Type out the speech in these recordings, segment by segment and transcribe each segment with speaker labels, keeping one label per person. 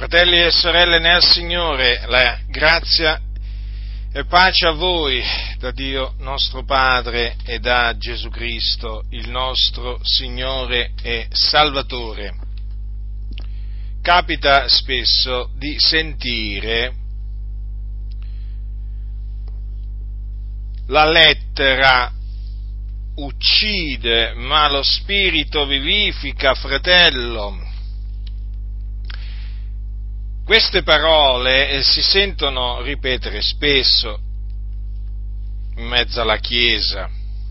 Speaker 1: Fratelli e sorelle nel Signore, la grazia e pace a voi da Dio nostro Padre e da Gesù Cristo, il nostro Signore e Salvatore. Capita spesso di sentire la lettera uccide, ma lo spirito vivifica, fratello. Queste parole si sentono ripetere spesso in mezzo alla Chiesa,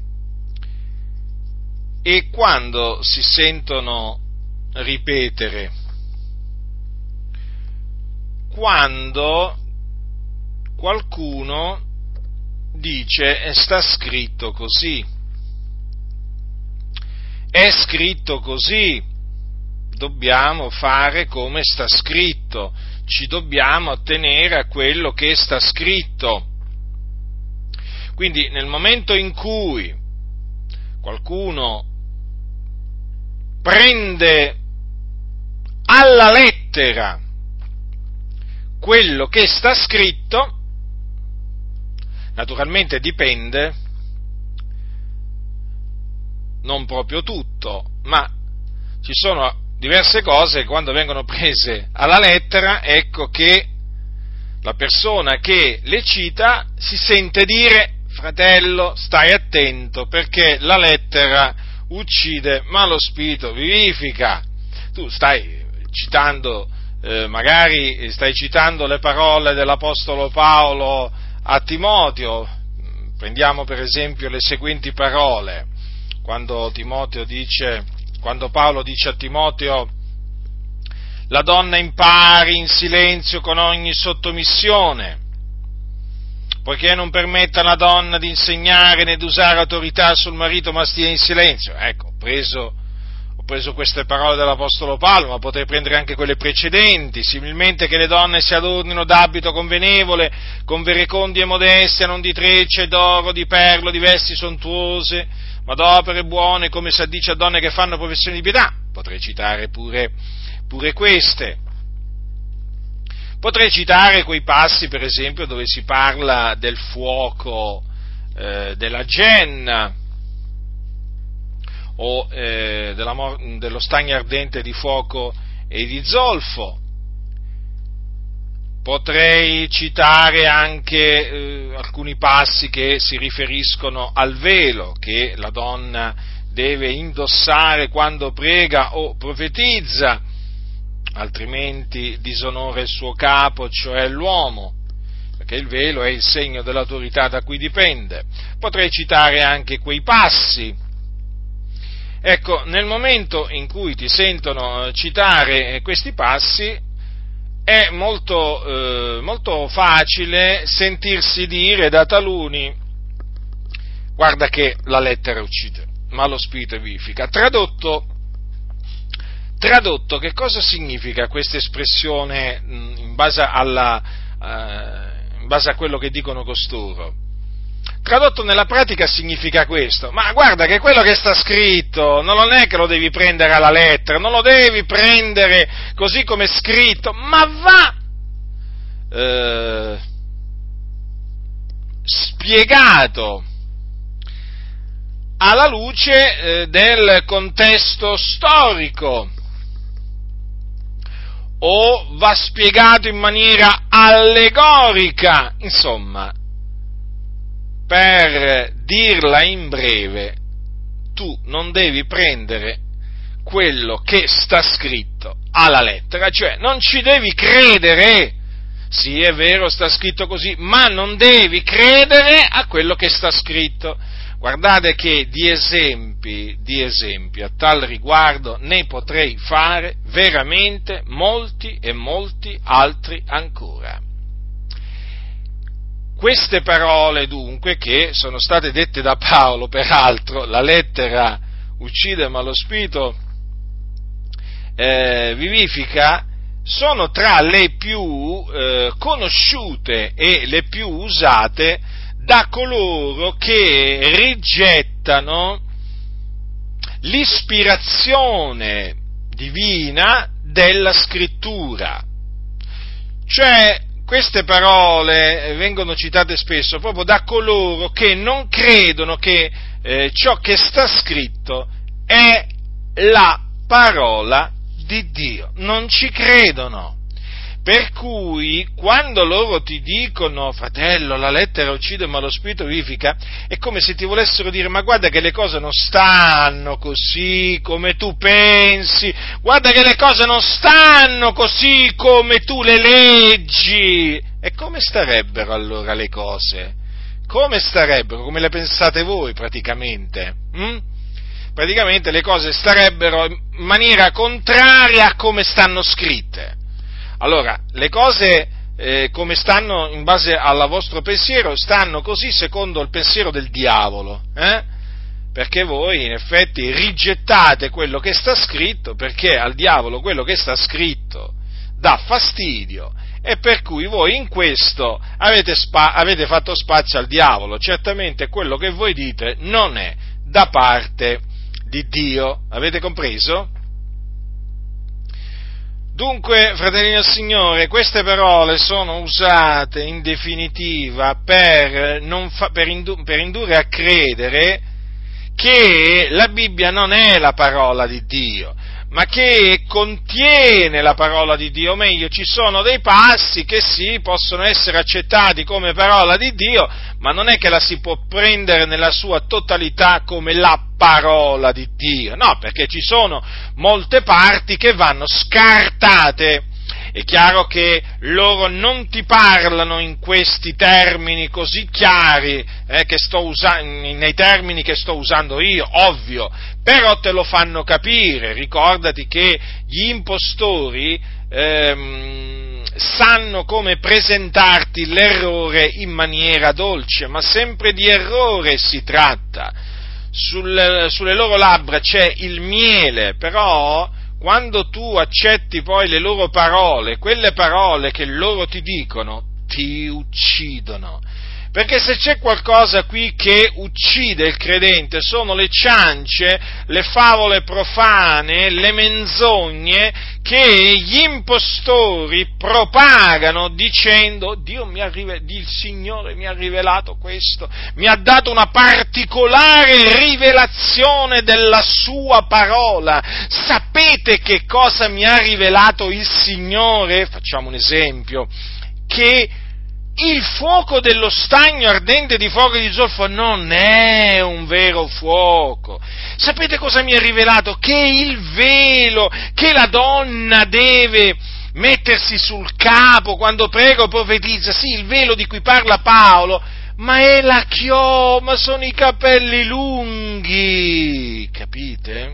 Speaker 1: e quando si sentono ripetere? Quando qualcuno dice sta scritto così, è scritto così, dobbiamo fare come sta scritto, ci dobbiamo attenere a quello che sta scritto. Quindi nel momento in cui qualcuno prende alla lettera quello che sta scritto, naturalmente dipende, non proprio tutto, ma ci sono diverse cose che quando vengono prese alla lettera, ecco che la persona che le cita si sente dire: fratello, stai attento, perché la lettera uccide, ma lo spirito vivifica. Tu stai citando, magari stai citando le parole dell'Apostolo Paolo a Timoteo. Prendiamo per esempio le seguenti parole, quando Paolo dice a Timoteo: la donna impari in silenzio con ogni sottomissione, poiché non permetta alla donna di insegnare né di usare autorità sul marito, ma stia in silenzio. Ecco, ho preso queste parole dell'Apostolo Paolo, ma potrei prendere anche quelle precedenti, similmente che le donne si adornino d'abito convenevole, con verecondia e modestia, non di trecce, d'oro, di perlo, di vesti sontuose, ma d'opere buone, come si addice a donne che fanno professione di pietà. Potrei citare pure queste. Potrei citare quei passi, per esempio, dove si parla del fuoco della Genna, o dello stagno ardente di fuoco e di zolfo. Potrei citare anche alcuni passi che si riferiscono al velo, che la donna deve indossare quando prega o profetizza, altrimenti disonora il suo capo, cioè l'uomo, perché il velo è il segno dell'autorità da cui dipende. Potrei citare anche quei passi. Ecco, nel momento in cui ti sentono citare questi passi, è molto facile sentirsi dire da taluni: guarda che la lettera uccide, ma lo spirito vivifica. Tradotto, che cosa significa questa espressione in base a quello che dicono costoro? Tradotto nella pratica significa questo: ma guarda che quello che sta scritto non è che lo devi prendere alla lettera, non lo devi prendere così come è scritto, ma va spiegato alla luce del contesto storico, o va spiegato in maniera allegorica. Insomma, per dirla in breve, tu non devi prendere quello che sta scritto alla lettera, cioè non ci devi credere. Sì, è vero, sta scritto così, ma non devi credere a quello che sta scritto. Guardate che di esempi a tal riguardo ne potrei fare veramente molti e molti altri ancora. Queste parole dunque, che sono state dette da Paolo, peraltro, la lettera uccide ma lo spirito vivifica, sono tra le più conosciute e le più usate da coloro che rigettano l'ispirazione divina della Scrittura. Cioè, queste parole vengono citate spesso proprio da coloro che non credono che ciò che sta scritto è la parola di Dio, non ci credono. Per cui, quando loro ti dicono, fratello, la lettera uccide ma lo spirito vivifica, è come se ti volessero dire, ma guarda che le cose non stanno così come tu pensi, guarda che le cose non stanno così come tu le leggi. E come starebbero allora le cose? Come starebbero? Come le pensate voi praticamente? Praticamente le cose starebbero in maniera contraria a come stanno scritte. Allora, le cose come stanno in base al vostro pensiero, stanno così secondo il pensiero del diavolo, perché voi in effetti rigettate quello che sta scritto, perché al diavolo quello che sta scritto dà fastidio, e per cui voi in questo avete fatto spazio al diavolo. Certamente quello che voi dite non è da parte di Dio, avete compreso? Dunque, fratelli del Signore, queste parole sono usate in definitiva per indurre a credere che la Bibbia non è la parola di Dio, ma che contiene la parola di Dio, o meglio, ci sono dei passi che sì, possono essere accettati come parola di Dio, ma non è che la si può prendere nella sua totalità come la parola di Dio, no, perché ci sono molte parti che vanno scartate. È chiaro che loro non ti parlano in questi termini così chiari, nei termini che sto usando io, ovvio, però te lo fanno capire. Ricordati che gli impostori sanno come presentarti l'errore in maniera dolce, ma sempre di errore si tratta. Sulle loro labbra c'è il miele, però quando tu accetti poi le loro parole, quelle parole che loro ti dicono, ti uccidono. Perché se c'è qualcosa qui che uccide il credente sono le ciance, le favole profane, le menzogne che gli impostori propagano dicendo il Signore mi ha rivelato questo, mi ha dato una particolare rivelazione della sua parola. Sapete che cosa mi ha rivelato il Signore? Facciamo un esempio, che il fuoco dello stagno ardente di fuoco di zolfo non è un vero fuoco. Sapete cosa mi ha rivelato? Che il velo che la donna deve mettersi sul capo quando prega o profetizza, sì, il velo di cui parla Paolo, ma è la chioma, sono i capelli lunghi, capite?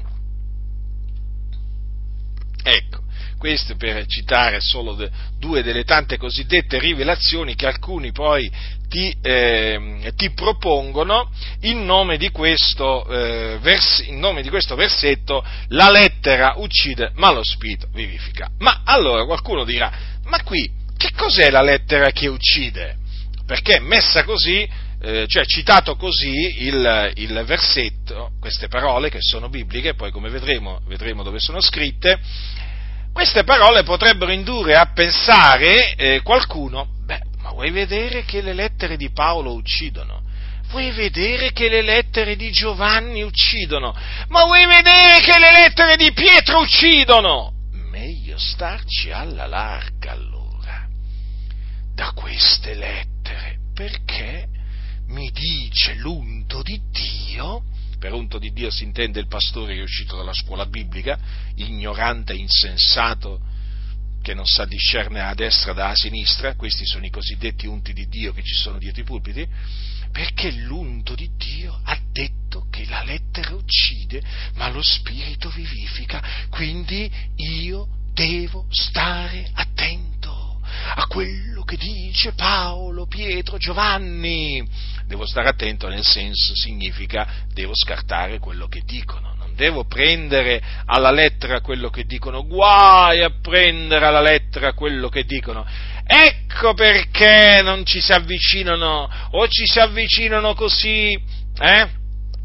Speaker 1: Ecco. Questo per citare solo due delle tante cosiddette rivelazioni che alcuni poi ti propongono in nome di questo versetto: la lettera uccide ma lo spirito vivifica. Ma allora qualcuno dirà: ma qui che cos'è la lettera che uccide? Perché messa così, cioè citato così il versetto, queste parole che sono bibliche, poi come vedremo dove sono scritte. Queste parole potrebbero indurre a pensare qualcuno: ma vuoi vedere che le lettere di Paolo uccidono? Vuoi vedere che le lettere di Giovanni uccidono? Ma vuoi vedere che le lettere di Pietro uccidono? Meglio starci alla larga allora da queste lettere, perché mi dice l'unto di Dio. Per unto di Dio si intende il pastore che è uscito dalla scuola biblica, ignorante, insensato, che non sa discernere a destra dalla sinistra. Questi sono i cosiddetti unti di Dio che ci sono dietro i pulpiti, perché l'unto di Dio ha detto che la lettera uccide, ma lo spirito vivifica, quindi io devo stare attento a quello che dice Paolo, Pietro, Giovanni. Devo stare attento, nel senso, significa devo scartare quello che dicono, non devo prendere alla lettera quello che dicono. Guai a prendere alla lettera quello che dicono. Ecco perché non ci si avvicinano, o ci si avvicinano così,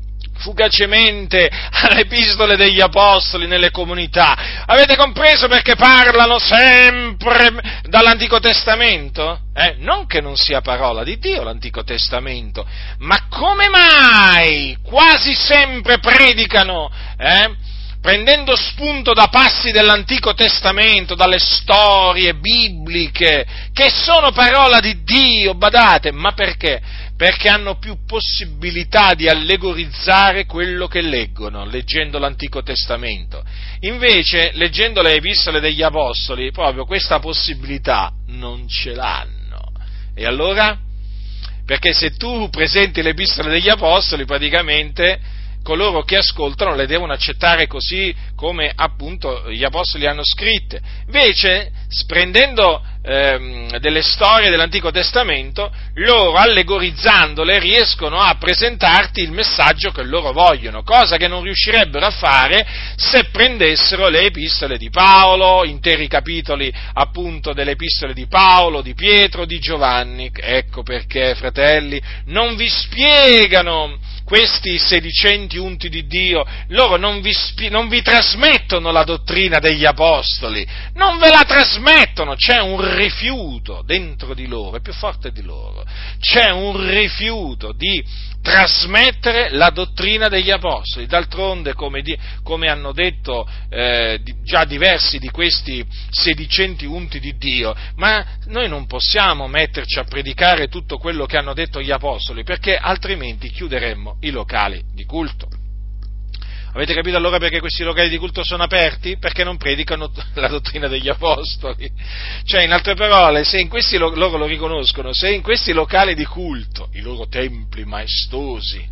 Speaker 1: fugacemente alle epistole degli apostoli nelle comunità. Avete compreso perché parlano sempre dall'Antico Testamento? Non che non sia parola di Dio l'Antico Testamento, ma come mai quasi sempre predicano, prendendo spunto da passi dell'Antico Testamento, dalle storie bibliche, che sono parola di Dio, badate, ma perché? Perché hanno più possibilità di allegorizzare quello che leggono, leggendo l'Antico Testamento. Invece, leggendo le epistole degli Apostoli, proprio questa possibilità non ce l'hanno. E allora? Perché se tu presenti le epistole degli Apostoli, praticamente coloro che ascoltano le devono accettare così come appunto gli apostoli hanno scritte. Invece, prendendo delle storie dell'Antico Testamento, loro allegorizzandole riescono a presentarti il messaggio che loro vogliono, cosa che non riuscirebbero a fare se prendessero le epistole di Paolo, interi capitoli appunto delle epistole di Paolo, di Pietro, di Giovanni. Ecco perché, fratelli, non vi spiegano questi sedicenti unti di Dio, loro non vi trasmettono la dottrina degli apostoli, non ve la trasmettono, c'è un rifiuto dentro di loro, è più forte di loro, c'è un rifiuto di trasmettere la dottrina degli apostoli. D'altronde, come hanno detto già diversi di questi sedicenti unti di Dio, ma noi non possiamo metterci a predicare tutto quello che hanno detto gli apostoli, perché altrimenti chiuderemmo i locali di culto. Avete capito allora perché questi locali di culto sono aperti? Perché non predicano la dottrina degli apostoli. Cioè, in altre parole, se in questi loro lo riconoscono, se in questi locali di culto, i loro templi maestosi,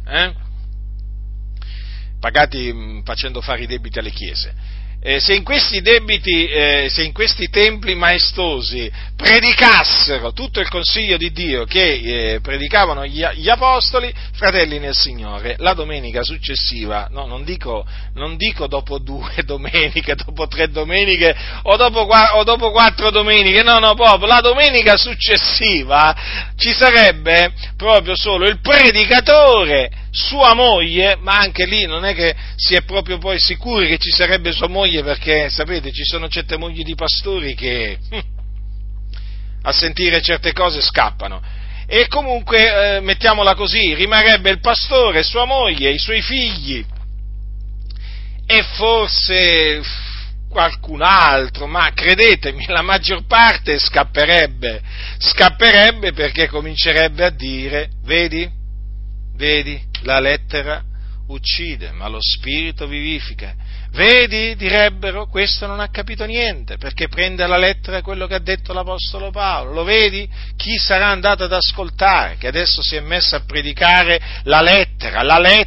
Speaker 1: pagati facendo fare i debiti alle chiese, se in questi templi maestosi predicassero tutto il consiglio di Dio che predicavano gli apostoli, fratelli nel Signore, la domenica successiva, no, non dico dopo 2 domeniche, dopo 3 domeniche o dopo 4 domeniche, no, proprio la domenica successiva ci sarebbe proprio solo il predicatore, sua moglie, ma anche lì non è che si è proprio poi sicuri che ci sarebbe sua moglie, perché sapete ci sono certe mogli di pastori che a sentire certe cose scappano, e comunque mettiamola così, rimarrebbe il pastore, sua moglie, i suoi figli e forse qualcun altro, ma credetemi, la maggior parte scapperebbe perché comincerebbe a dire, vedi, la lettera uccide, ma lo spirito vivifica. Vedi, direbbero, questo non ha capito niente, perché prende alla lettera quello che ha detto l'Apostolo Paolo. Lo vedi? Chi sarà andato ad ascoltare, che adesso si è messo a predicare la lettera.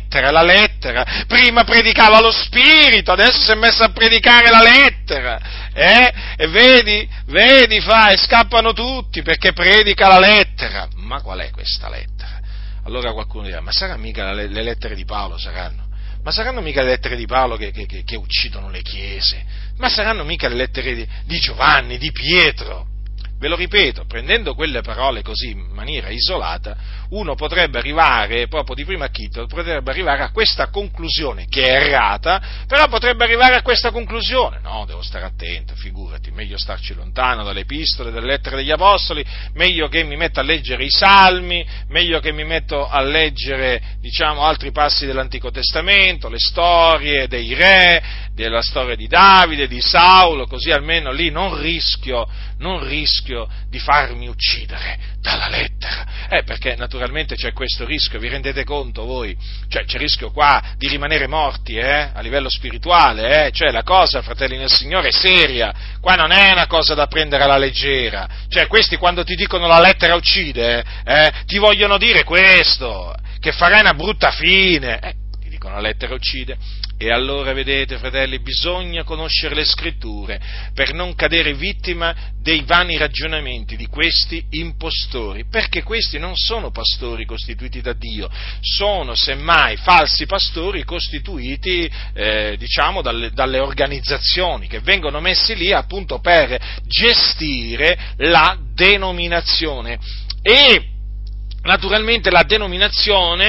Speaker 1: Prima predicava lo spirito, adesso si è messo a predicare la lettera. E vedi, e scappano tutti, perché predica la lettera. Ma qual è questa lettera? Allora qualcuno dirà, ma saranno mica le lettere di Paolo, saranno? Ma saranno mica le lettere di Paolo che uccidono le chiese? Ma saranno mica le lettere di Giovanni, di Pietro? Ve lo ripeto, prendendo quelle parole così in maniera isolata, uno potrebbe arrivare, proprio di primo acchito, potrebbe arrivare a questa conclusione, che è errata, però potrebbe arrivare a questa conclusione. No, devo stare attento, figurati, meglio starci lontano dalle epistole, dalle lettere degli apostoli, meglio che mi metto a leggere i salmi, meglio che mi metto a leggere, altri passi dell'Antico Testamento, le storie dei re, della storia di Davide, di Saulo, così almeno lì non rischio di farmi uccidere dalla lettera, perché naturalmente c'è questo rischio, vi rendete conto voi? Cioè c'è il rischio qua di rimanere morti, a livello spirituale, cioè la cosa, fratelli nel Signore, è seria, qua non è una cosa da prendere alla leggera, cioè questi quando ti dicono la lettera uccide, ti vogliono dire questo, che farai una brutta fine, ti dicono la lettera uccide. E allora, vedete, fratelli, bisogna conoscere le Scritture per non cadere vittima dei vani ragionamenti di questi impostori, perché questi non sono pastori costituiti da Dio, sono semmai falsi pastori costituiti, dalle organizzazioni che vengono messi lì appunto per gestire la denominazione. E naturalmente la denominazione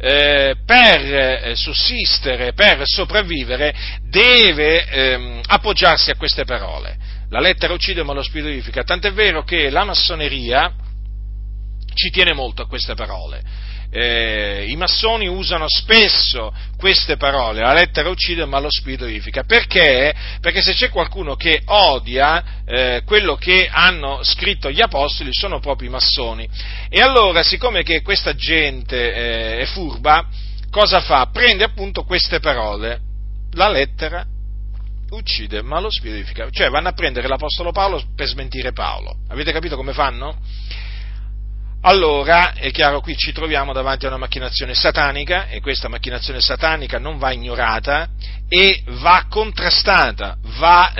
Speaker 1: per sussistere, per sopravvivere, deve appoggiarsi a queste parole. La lettera uccide ma lo spirito vivifica, tant'è vero che la massoneria ci tiene molto a queste parole. I massoni usano spesso queste parole, la lettera uccide ma lo spirito vivifica. Perché? Perché se c'è qualcuno che odia quello che hanno scritto gli apostoli, sono proprio i massoni. E allora, siccome che questa gente è furba, cosa fa? Prende appunto queste parole, la lettera uccide ma lo spirito vivifica, cioè vanno a prendere l'apostolo Paolo per smentire Paolo. Avete capito come fanno? Allora, è chiaro, qui ci troviamo davanti a una macchinazione satanica, e questa macchinazione satanica non va ignorata e va contrastata, va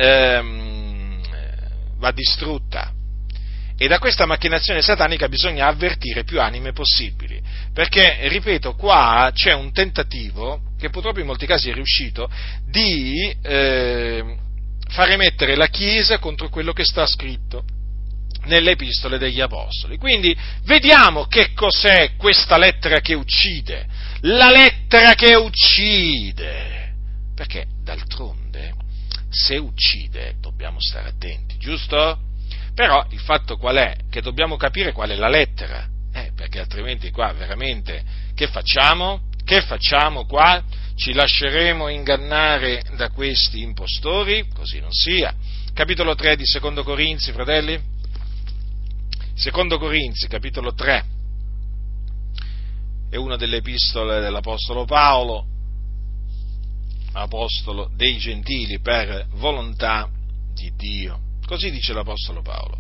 Speaker 1: distrutta. E da questa macchinazione satanica bisogna avvertire più anime possibili, perché, ripeto, qua c'è un tentativo, che purtroppo in molti casi è riuscito, di far emettere la Chiesa contro quello che sta scritto nelle epistole degli apostoli. Quindi vediamo che cos'è questa lettera che uccide, la lettera che uccide, perché d'altronde se uccide dobbiamo stare attenti, giusto? Però il fatto qual è? Che dobbiamo capire qual è la lettera, perché altrimenti qua veramente che facciamo? Che facciamo qua? Ci lasceremo ingannare da questi impostori? Così non sia. Capitolo 3 di Secondo Corinzi, fratelli? Secondo Corinzi, capitolo 3, è una delle epistole dell'Apostolo Paolo, apostolo dei gentili per volontà di Dio. Così dice l'Apostolo Paolo.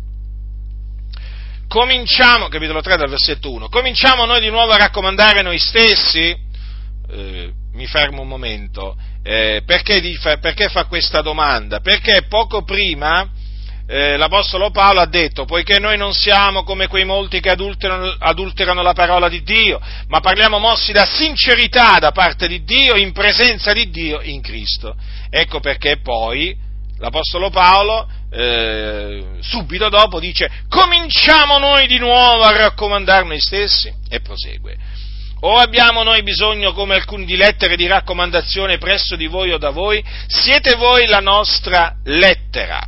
Speaker 1: Cominciamo, capitolo 3 dal versetto 1, cominciamo noi di nuovo a raccomandare noi stessi? Mi fermo un momento, perché fa questa domanda? Perché poco prima l'Apostolo Paolo ha detto: poiché noi non siamo come quei molti che adulterano la parola di Dio, ma parliamo mossi da sincerità da parte di Dio, in presenza di Dio in Cristo. Ecco perché poi l'Apostolo Paolo subito dopo dice: cominciamo noi di nuovo a raccomandare noi stessi, e prosegue: o abbiamo noi bisogno, come alcuni, di lettere di raccomandazione presso di voi o da voi? Siete voi la nostra lettera,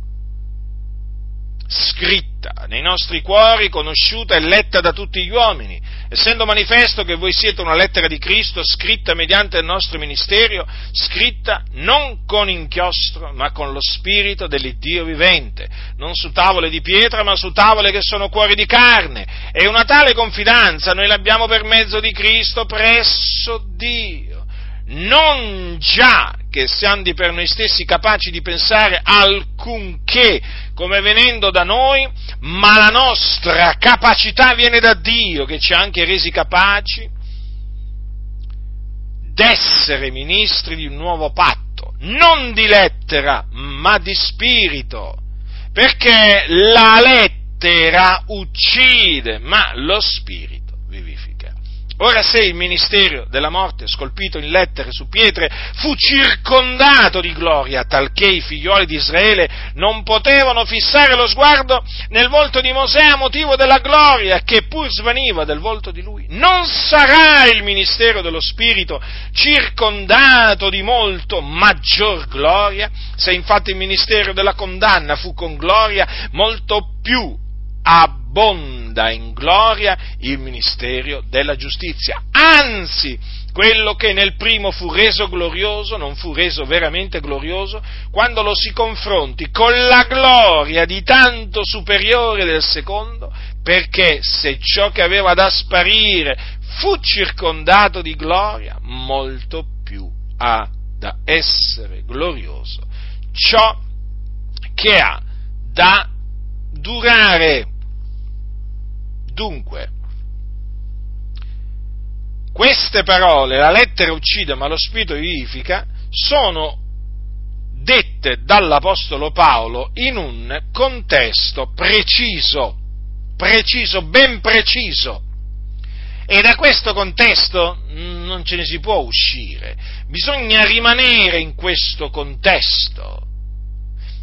Speaker 1: scritta nei nostri cuori, conosciuta e letta da tutti gli uomini, essendo manifesto che voi siete una lettera di Cristo, scritta mediante il nostro ministero, scritta non con inchiostro, ma con lo spirito dell'Iddio vivente, non su tavole di pietra, ma su tavole che sono cuori di carne. E una tale confidenza noi l'abbiamo per mezzo di Cristo presso Dio, non già che siamo per noi stessi capaci di pensare alcunché come venendo da noi, ma la nostra capacità viene da Dio, che ci ha anche resi capaci d'essere ministri di un nuovo patto, non di lettera, ma di spirito, perché la lettera uccide, ma lo spirito vivifica. Ora, se il ministero della morte, scolpito in lettere su pietre, fu circondato di gloria, talché i figlioli di Israele non potevano fissare lo sguardo nel volto di Mosè a motivo della gloria che pur svaniva del volto di lui, non sarà il ministero dello Spirito circondato di molto maggior gloria? Se infatti il ministero della condanna fu con gloria, molto più abbonda in gloria il ministero della giustizia. Anzi, quello che nel primo fu reso glorioso non fu reso veramente glorioso quando lo si confronti con la gloria di tanto superiore del secondo, perché se ciò che aveva da sparire fu circondato di gloria, molto più ha da essere glorioso ciò che ha da durare. Dunque, queste parole, la lettera uccide ma lo spirito vivifica, sono dette dall'Apostolo Paolo in un contesto preciso, ben preciso, e da questo contesto non ce ne si può uscire, bisogna rimanere in questo contesto.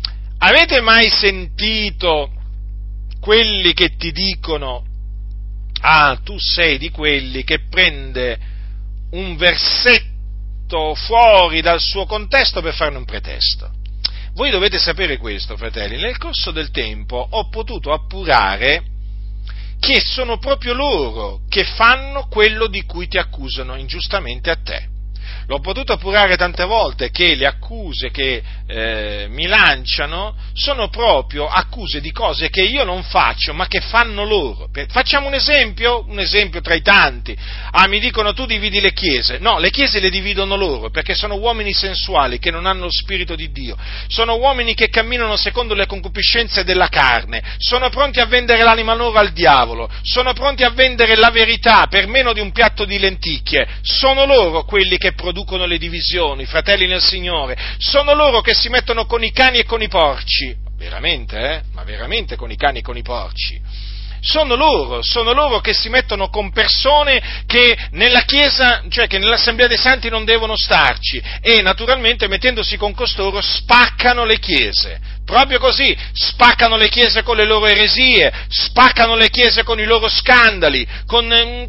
Speaker 1: Avete mai sentito quelli che ti dicono: Ah, tu sei di quelli che prende un versetto fuori dal suo contesto per farne un pretesto. Voi dovete sapere questo, fratelli, nel corso del tempo ho potuto appurare che sono proprio loro che fanno quello di cui ti accusano ingiustamente a te. L'ho potuto appurare tante volte che le accuse che mi lanciano sono proprio accuse di cose che io non faccio, ma che fanno loro. Facciamo un esempio tra i tanti. Mi dicono tu dividi le chiese. No, le chiese le dividono loro, perché sono uomini sensuali che non hanno lo spirito di Dio. Sono uomini che camminano secondo le concupiscenze della carne. Sono pronti a vendere l'anima loro al diavolo. Sono pronti a vendere la verità per meno di un piatto di lenticchie. Sono loro quelli che producono le divisioni, fratelli nel Signore. Sono loro che si mettono con i cani e con i porci. Veramente, Ma veramente con i cani e con i porci. Sono loro che si mettono con persone che nella Chiesa, cioè che nell'Assemblea dei Santi non devono starci, e naturalmente mettendosi con costoro spaccano le chiese. Proprio così, spaccano le chiese con le loro eresie, spaccano le chiese con i loro scandali, con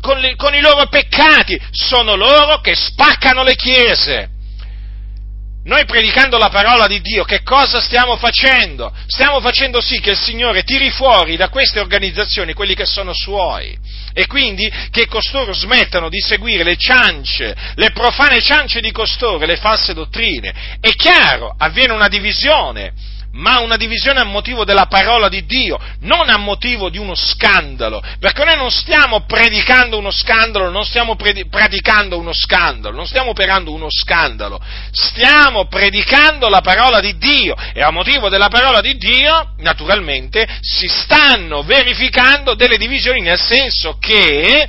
Speaker 1: i loro peccati. Sono loro che spaccano le chiese. Noi predicando la parola di Dio, che cosa stiamo facendo? Stiamo facendo sì che il Signore tiri fuori da queste organizzazioni quelli che sono suoi, e quindi che costoro smettano di seguire le ciance, le profane ciance di costoro, le false dottrine. È chiaro, avviene una divisione, ma una divisione a motivo della parola di Dio, non a motivo di uno scandalo, perché noi non stiamo predicando uno scandalo, non stiamo praticando uno scandalo, non stiamo operando uno scandalo, stiamo predicando la parola di Dio, e a motivo della parola di Dio, naturalmente, si stanno verificando delle divisioni, nel senso che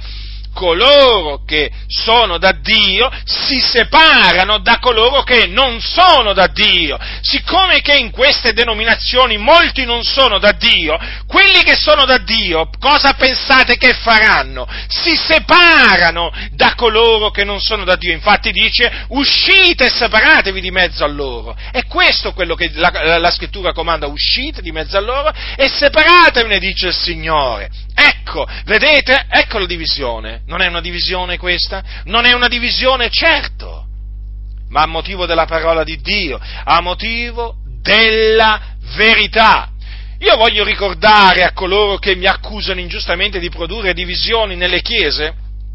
Speaker 1: coloro che sono da Dio si separano da coloro che non sono da Dio. Siccome che in queste denominazioni molti non sono da Dio, quelli che sono da Dio, cosa pensate che faranno? Si separano da coloro che non sono da Dio. Infatti dice: uscite e separatevi di mezzo a loro. È questo quello che la Scrittura comanda: uscite di mezzo a loro e separatevene, dice il Signore. Ecco, vedete? Ecco la divisione. Non è una divisione questa? Non è una divisione, certo, ma a motivo della parola di Dio, a motivo della verità. Io voglio ricordare a coloro che mi accusano ingiustamente di produrre divisioni nelle chiese,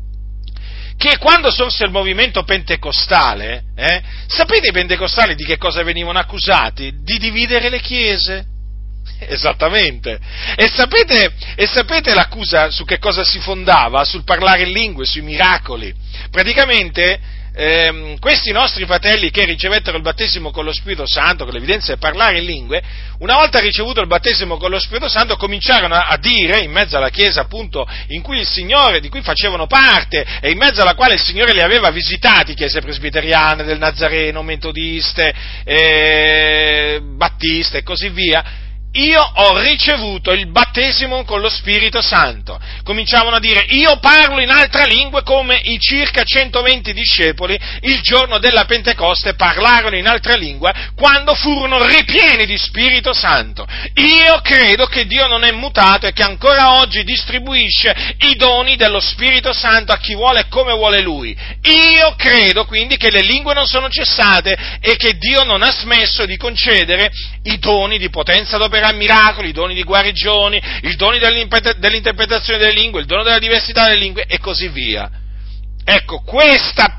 Speaker 1: che quando sorse il movimento pentecostale, sapete i pentecostali di che cosa venivano accusati? Di dividere le chiese. Esattamente. E sapete l'accusa su che cosa si fondava? Sul parlare in lingue, sui miracoli. Praticamente questi nostri fratelli che ricevettero il battesimo con lo Spirito Santo, con l'evidenza di parlare in lingue, una volta ricevuto il battesimo con lo Spirito Santo, cominciarono a dire, in mezzo alla chiesa appunto in cui il Signore, di cui facevano parte, e in mezzo alla quale il Signore li aveva visitati, chiese presbiteriane, del Nazareno, metodiste, battiste e così via: io ho ricevuto il battesimo con lo Spirito Santo. Cominciavano a dire: io parlo in altra lingua, come i circa 120 discepoli il giorno della Pentecoste parlarono in altra lingua quando furono ripieni di Spirito Santo. Io credo che Dio non è mutato e che ancora oggi distribuisce i doni dello Spirito Santo a chi vuole e come vuole Lui. Io credo quindi che le lingue non sono cessate e che Dio non ha smesso di concedere i doni di potenza d'opera, miracoli, i doni di guarigioni, il dono dell'interpretazione delle lingue, il dono della diversità delle lingue e così via. Ecco, questa,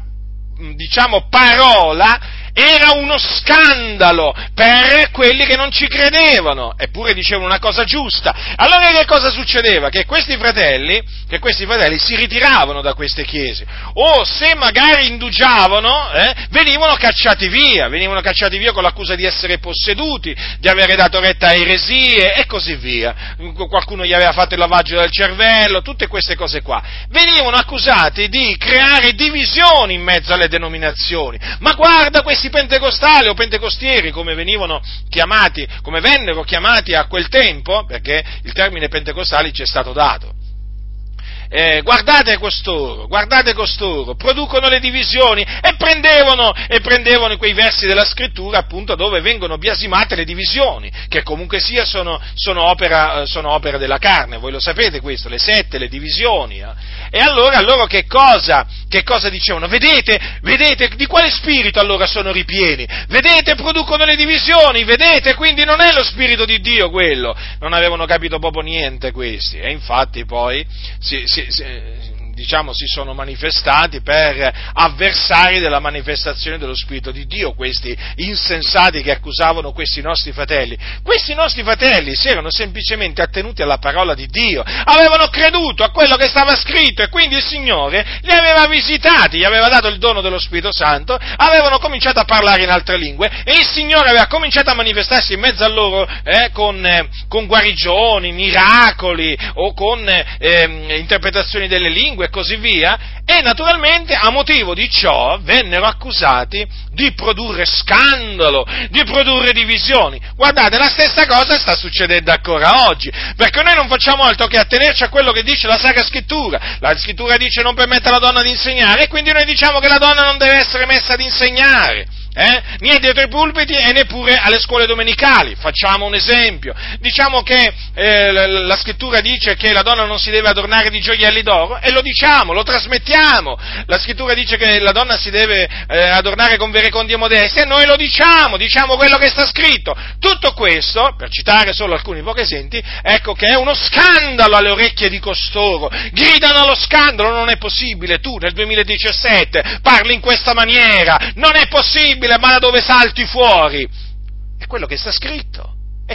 Speaker 1: parola era uno scandalo per quelli che non ci credevano, eppure dicevano una cosa giusta. Allora che cosa succedeva? Che questi fratelli si ritiravano da queste chiese, o se magari indugiavano, venivano cacciati via con l'accusa di essere posseduti, di avere dato retta a eresie e così via. Qualcuno gli aveva fatto il lavaggio del cervello, tutte queste cose qua. Venivano accusati di creare divisioni in mezzo alle denominazioni. Ma guarda, questi pentecostali o pentecostieri, come vennero chiamati a quel tempo, perché il termine pentecostali ci è stato dato. guardate costoro, producono le divisioni, e prendevano quei versi della Scrittura, appunto, dove vengono biasimate le divisioni, che comunque sia sono opera della carne, voi lo sapete questo, le sette, le divisioni, e allora loro che cosa dicevano? Vedete di quale spirito allora sono ripieni? Vedete, producono le divisioni, vedete, quindi non è lo spirito di Dio quello. Non avevano capito proprio niente questi, e infatti poi si sono manifestati per avversari della manifestazione dello Spirito di Dio, questi insensati che accusavano questi nostri fratelli. Questi nostri fratelli si erano semplicemente attenuti alla parola di Dio, avevano creduto a quello che stava scritto, e quindi il Signore li aveva visitati, gli aveva dato il dono dello Spirito Santo, avevano cominciato a parlare in altre lingue, e il Signore aveva cominciato a manifestarsi in mezzo a loro con guarigioni, miracoli, o con interpretazioni delle lingue, e così via, e naturalmente a motivo di ciò vennero accusati di produrre scandalo, di produrre divisioni. Guardate, la stessa cosa sta succedendo ancora oggi, perché noi non facciamo altro che attenerci a quello che dice la Sacra Scrittura. La Scrittura dice non permette alla donna di insegnare, e quindi noi diciamo che la donna non deve essere messa ad insegnare. Né dietro i pulpiti e neppure alle scuole domenicali. Facciamo un esempio, diciamo che la Scrittura dice che la donna non si deve adornare di gioielli d'oro, e lo diciamo, lo trasmettiamo. La Scrittura dice che la donna si deve adornare con verecondia e modestia, e noi lo diciamo quello che sta scritto. Tutto questo, per citare solo alcuni pochi esempi, ecco che è uno scandalo alle orecchie di costoro, gridano allo scandalo. Non è possibile, tu nel 2017 parli in questa maniera, non è possibile, ma da dove salti fuori? È quello che sta scritto,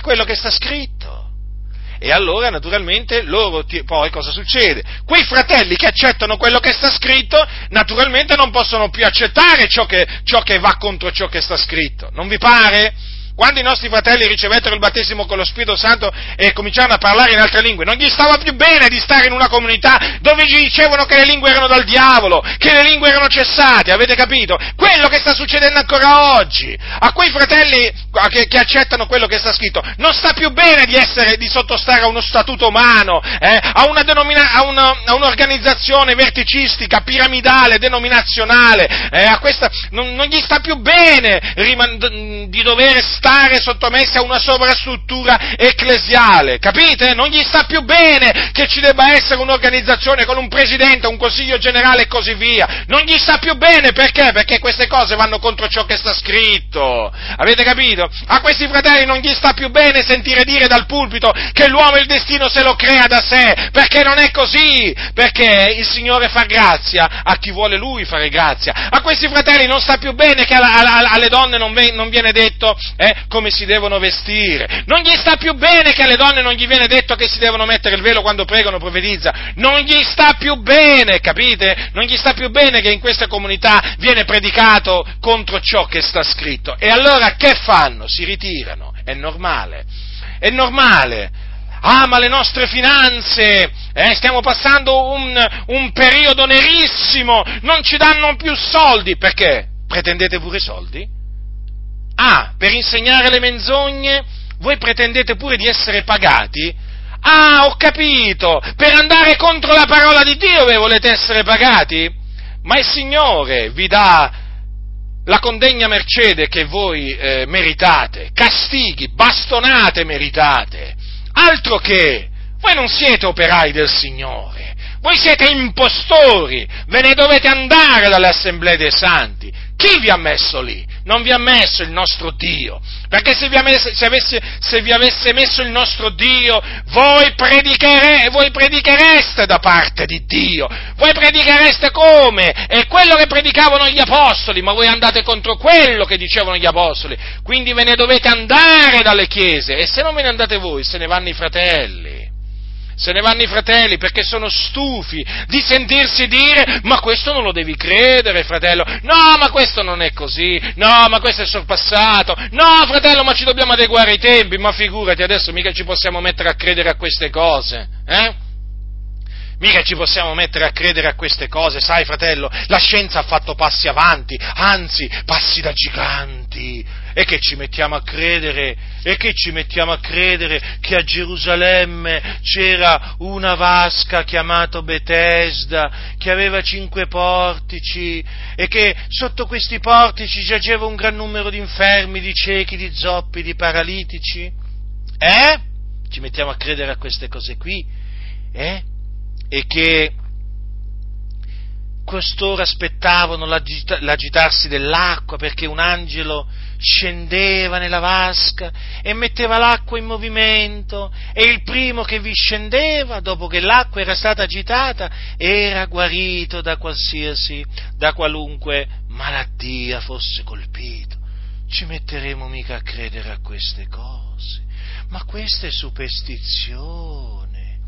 Speaker 1: E allora, naturalmente, poi cosa succede? Quei fratelli che accettano quello che sta scritto, naturalmente non possono più accettare ciò che va contro ciò che sta scritto. Non vi pare? Quando i nostri fratelli ricevettero il battesimo con lo Spirito Santo e cominciarono a parlare in altre lingue, non gli stava più bene di stare in una comunità dove gli dicevano che le lingue erano dal diavolo, che le lingue erano cessate, avete capito? Quello che sta succedendo ancora oggi, a quei fratelli che accettano quello che sta scritto, non sta più bene di sottostare a uno statuto umano, a un'organizzazione verticistica, piramidale, denominazionale, non gli sta più bene di dover stare sottomessi a una sovrastruttura ecclesiale, capite? Non gli sta più bene che ci debba essere un'organizzazione con un presidente, un consiglio generale e così via, non gli sta più bene, perché? Perché queste cose vanno contro ciò che sta scritto, avete capito? A questi fratelli non gli sta più bene sentire dire dal pulpito che l'uomo il destino se lo crea da sé, perché non è così, perché il Signore fa grazia a chi vuole Lui fare grazia. A questi fratelli non sta più bene che alle donne non viene detto come si devono vestire, non gli sta più bene che alle donne non gli viene detto che si devono mettere il velo quando pregano o profetizza, non gli sta più bene, capite? Non gli sta più bene che in queste comunità viene predicato contro ciò che sta scritto, e allora che fanno? Si ritirano, è normale. Ah, ma le nostre finanze, stiamo passando un periodo nerissimo, non ci danno più soldi, perché? Pretendete pure i soldi? Ah, per insegnare le menzogne voi pretendete pure di essere pagati? Ah, ho capito, per andare contro la parola di Dio voi volete essere pagati? Ma il Signore vi dà la condegna mercede che voi meritate, castighi, bastonate meritate, altro che, voi non siete operai del Signore, voi siete impostori, ve ne dovete andare dalle assemblee dei santi. Chi vi ha messo lì? Non vi ha messo il nostro Dio, perché se vi avesse messo il nostro Dio, voi predichereste da parte di Dio, voi predichereste come? È quello che predicavano gli apostoli, ma voi andate contro quello che dicevano gli apostoli, quindi ve ne dovete andare dalle chiese, e se non ve ne andate voi, se ne vanno i fratelli. Perché sono stufi di sentirsi dire: ma questo non lo devi credere, fratello, no, ma questo non è così, no, ma questo è sorpassato, no, fratello, ma ci dobbiamo adeguare ai tempi, ma figurati, adesso mica ci possiamo mettere a credere a queste cose, Mica ci possiamo mettere a credere a queste cose, sai, fratello, la scienza ha fatto passi avanti, anzi, passi da giganti, E che ci mettiamo a credere? E che ci mettiamo a credere che a Gerusalemme c'era una vasca chiamata Betesda, che aveva 5 portici, e che sotto questi portici giaceva un gran numero di infermi, di ciechi, di zoppi, di paralitici? Ci mettiamo a credere a queste cose qui? E che costoro aspettavano l'agitarsi dell'acqua perché un angelo scendeva nella vasca e metteva l'acqua in movimento, e il primo che vi scendeva, dopo che l'acqua era stata agitata, era guarito da qualunque malattia fosse colpito. Ci metteremo mica a credere a queste cose? Ma questa è superstizione.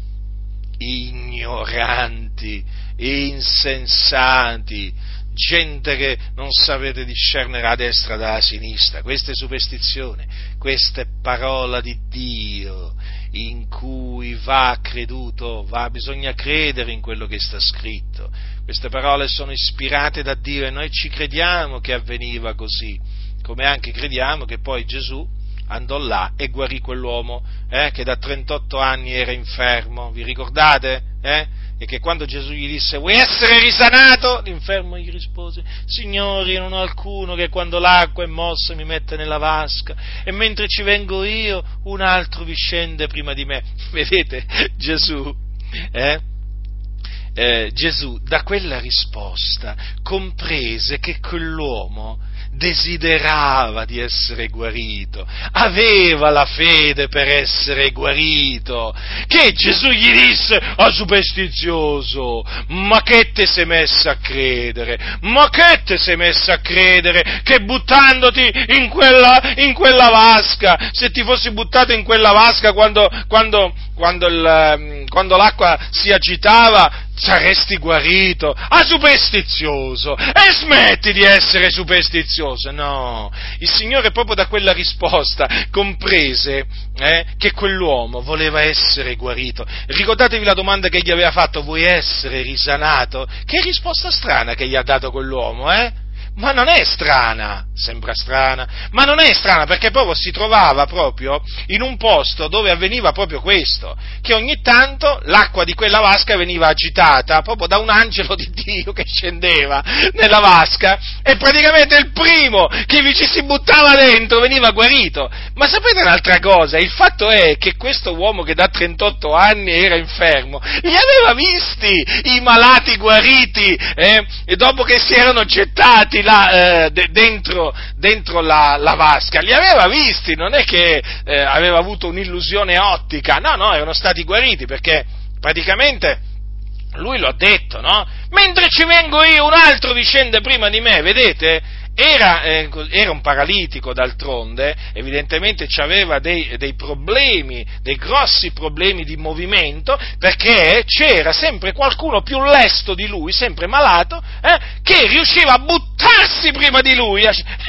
Speaker 1: Ignoranti, insensati, gente che non sapete discernere a destra dalla sinistra. Questa è superstizione, questa è parola di Dio in cui va creduto, bisogna credere in quello che sta scritto. Queste parole sono ispirate da Dio e noi ci crediamo che avveniva così, come anche crediamo che poi Gesù andò là e guarì quell'uomo che da 38 anni era infermo, vi ricordate? E che quando Gesù gli disse: vuoi essere risanato? L'infermo gli rispose: Signore, io non ho alcuno che quando l'acqua è mossa mi mette nella vasca, e mentre ci vengo io un altro vi scende prima di me. Vedete, Gesù da quella risposta comprese che quell'uomo desiderava di essere guarito, aveva la fede per essere guarito, che Gesù gli disse: superstizioso, ma che te sei messo a credere? Ma che te sei messo a credere che buttandoti in quella vasca, se ti fossi buttato in quella vasca quando l'acqua si agitava, saresti guarito? Superstizioso! E smetti di essere superstizioso! No, il Signore proprio da quella risposta comprese che quell'uomo voleva essere guarito. Ricordatevi la domanda che gli aveva fatto: vuoi essere risanato? Che risposta strana che gli ha dato quell'uomo, Ma non è strana, sembra strana, ma non è strana, perché proprio si trovava proprio in un posto dove avveniva proprio questo, che ogni tanto l'acqua di quella vasca veniva agitata proprio da un angelo di Dio che scendeva nella vasca, e praticamente il primo che vi ci si buttava dentro veniva guarito. Ma sapete un'altra cosa? Il fatto è che questo uomo che da 38 anni era infermo, li aveva visti i malati guariti, e dopo che si erano gettati là, dentro la vasca, li aveva visti, non è che aveva avuto un'illusione ottica, no, erano stati guariti, perché praticamente lui lo ha detto, no? Mentre ci vengo io, un altro vi scende prima di me, vedete? Era un paralitico, d'altronde, evidentemente aveva dei problemi, dei grossi problemi di movimento, perché c'era sempre qualcuno più lesto di lui, sempre malato, che riusciva a buttarsi prima di lui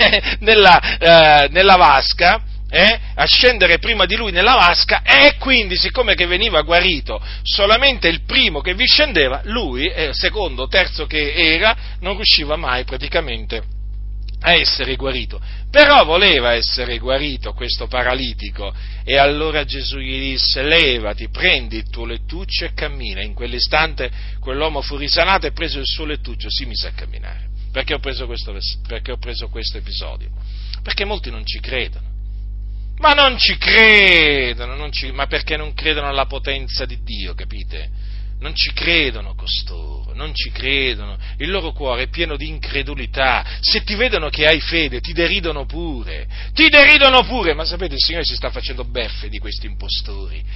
Speaker 1: nella vasca, a scendere prima di lui nella vasca, e quindi, siccome che veniva guarito solamente il primo che vi scendeva, lui, secondo, terzo che era, non riusciva mai praticamente a essere guarito. Però voleva essere guarito questo paralitico, e allora Gesù gli disse: levati, prendi il tuo lettuccio e cammina. In quell'istante quell'uomo fu risanato e preso il suo lettuccio si mise a camminare. Perché ho preso questo episodio? Perché molti non ci credono. Ma non ci credono, ma perché non credono alla potenza di Dio, capite? Non ci credono costoro, non ci credono, il loro cuore è pieno di incredulità. Se ti vedono che hai fede ti deridono pure, ma sapete, il Signore si sta facendo beffe di questi impostori,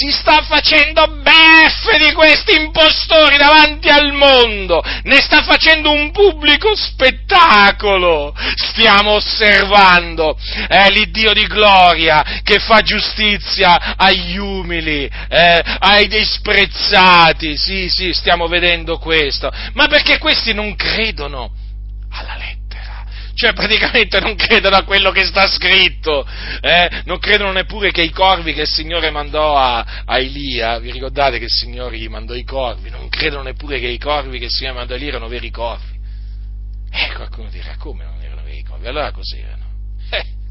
Speaker 1: davanti al mondo, ne sta facendo un pubblico spettacolo. Stiamo osservando l'Iddio di gloria che fa giustizia agli umili, ai disprezzati. Sì, stiamo vedendo questo, ma perché questi non credono alla lettera, cioè praticamente non credono a quello che sta scritto, non credono neppure che i corvi che il Signore mandò a Elia, vi ricordate che il Signore gli mandò i corvi? Non credono neppure che i corvi che il Signore mandò a Elia erano veri corvi. Qualcuno dirà: come non erano veri corvi? Allora cos'erano?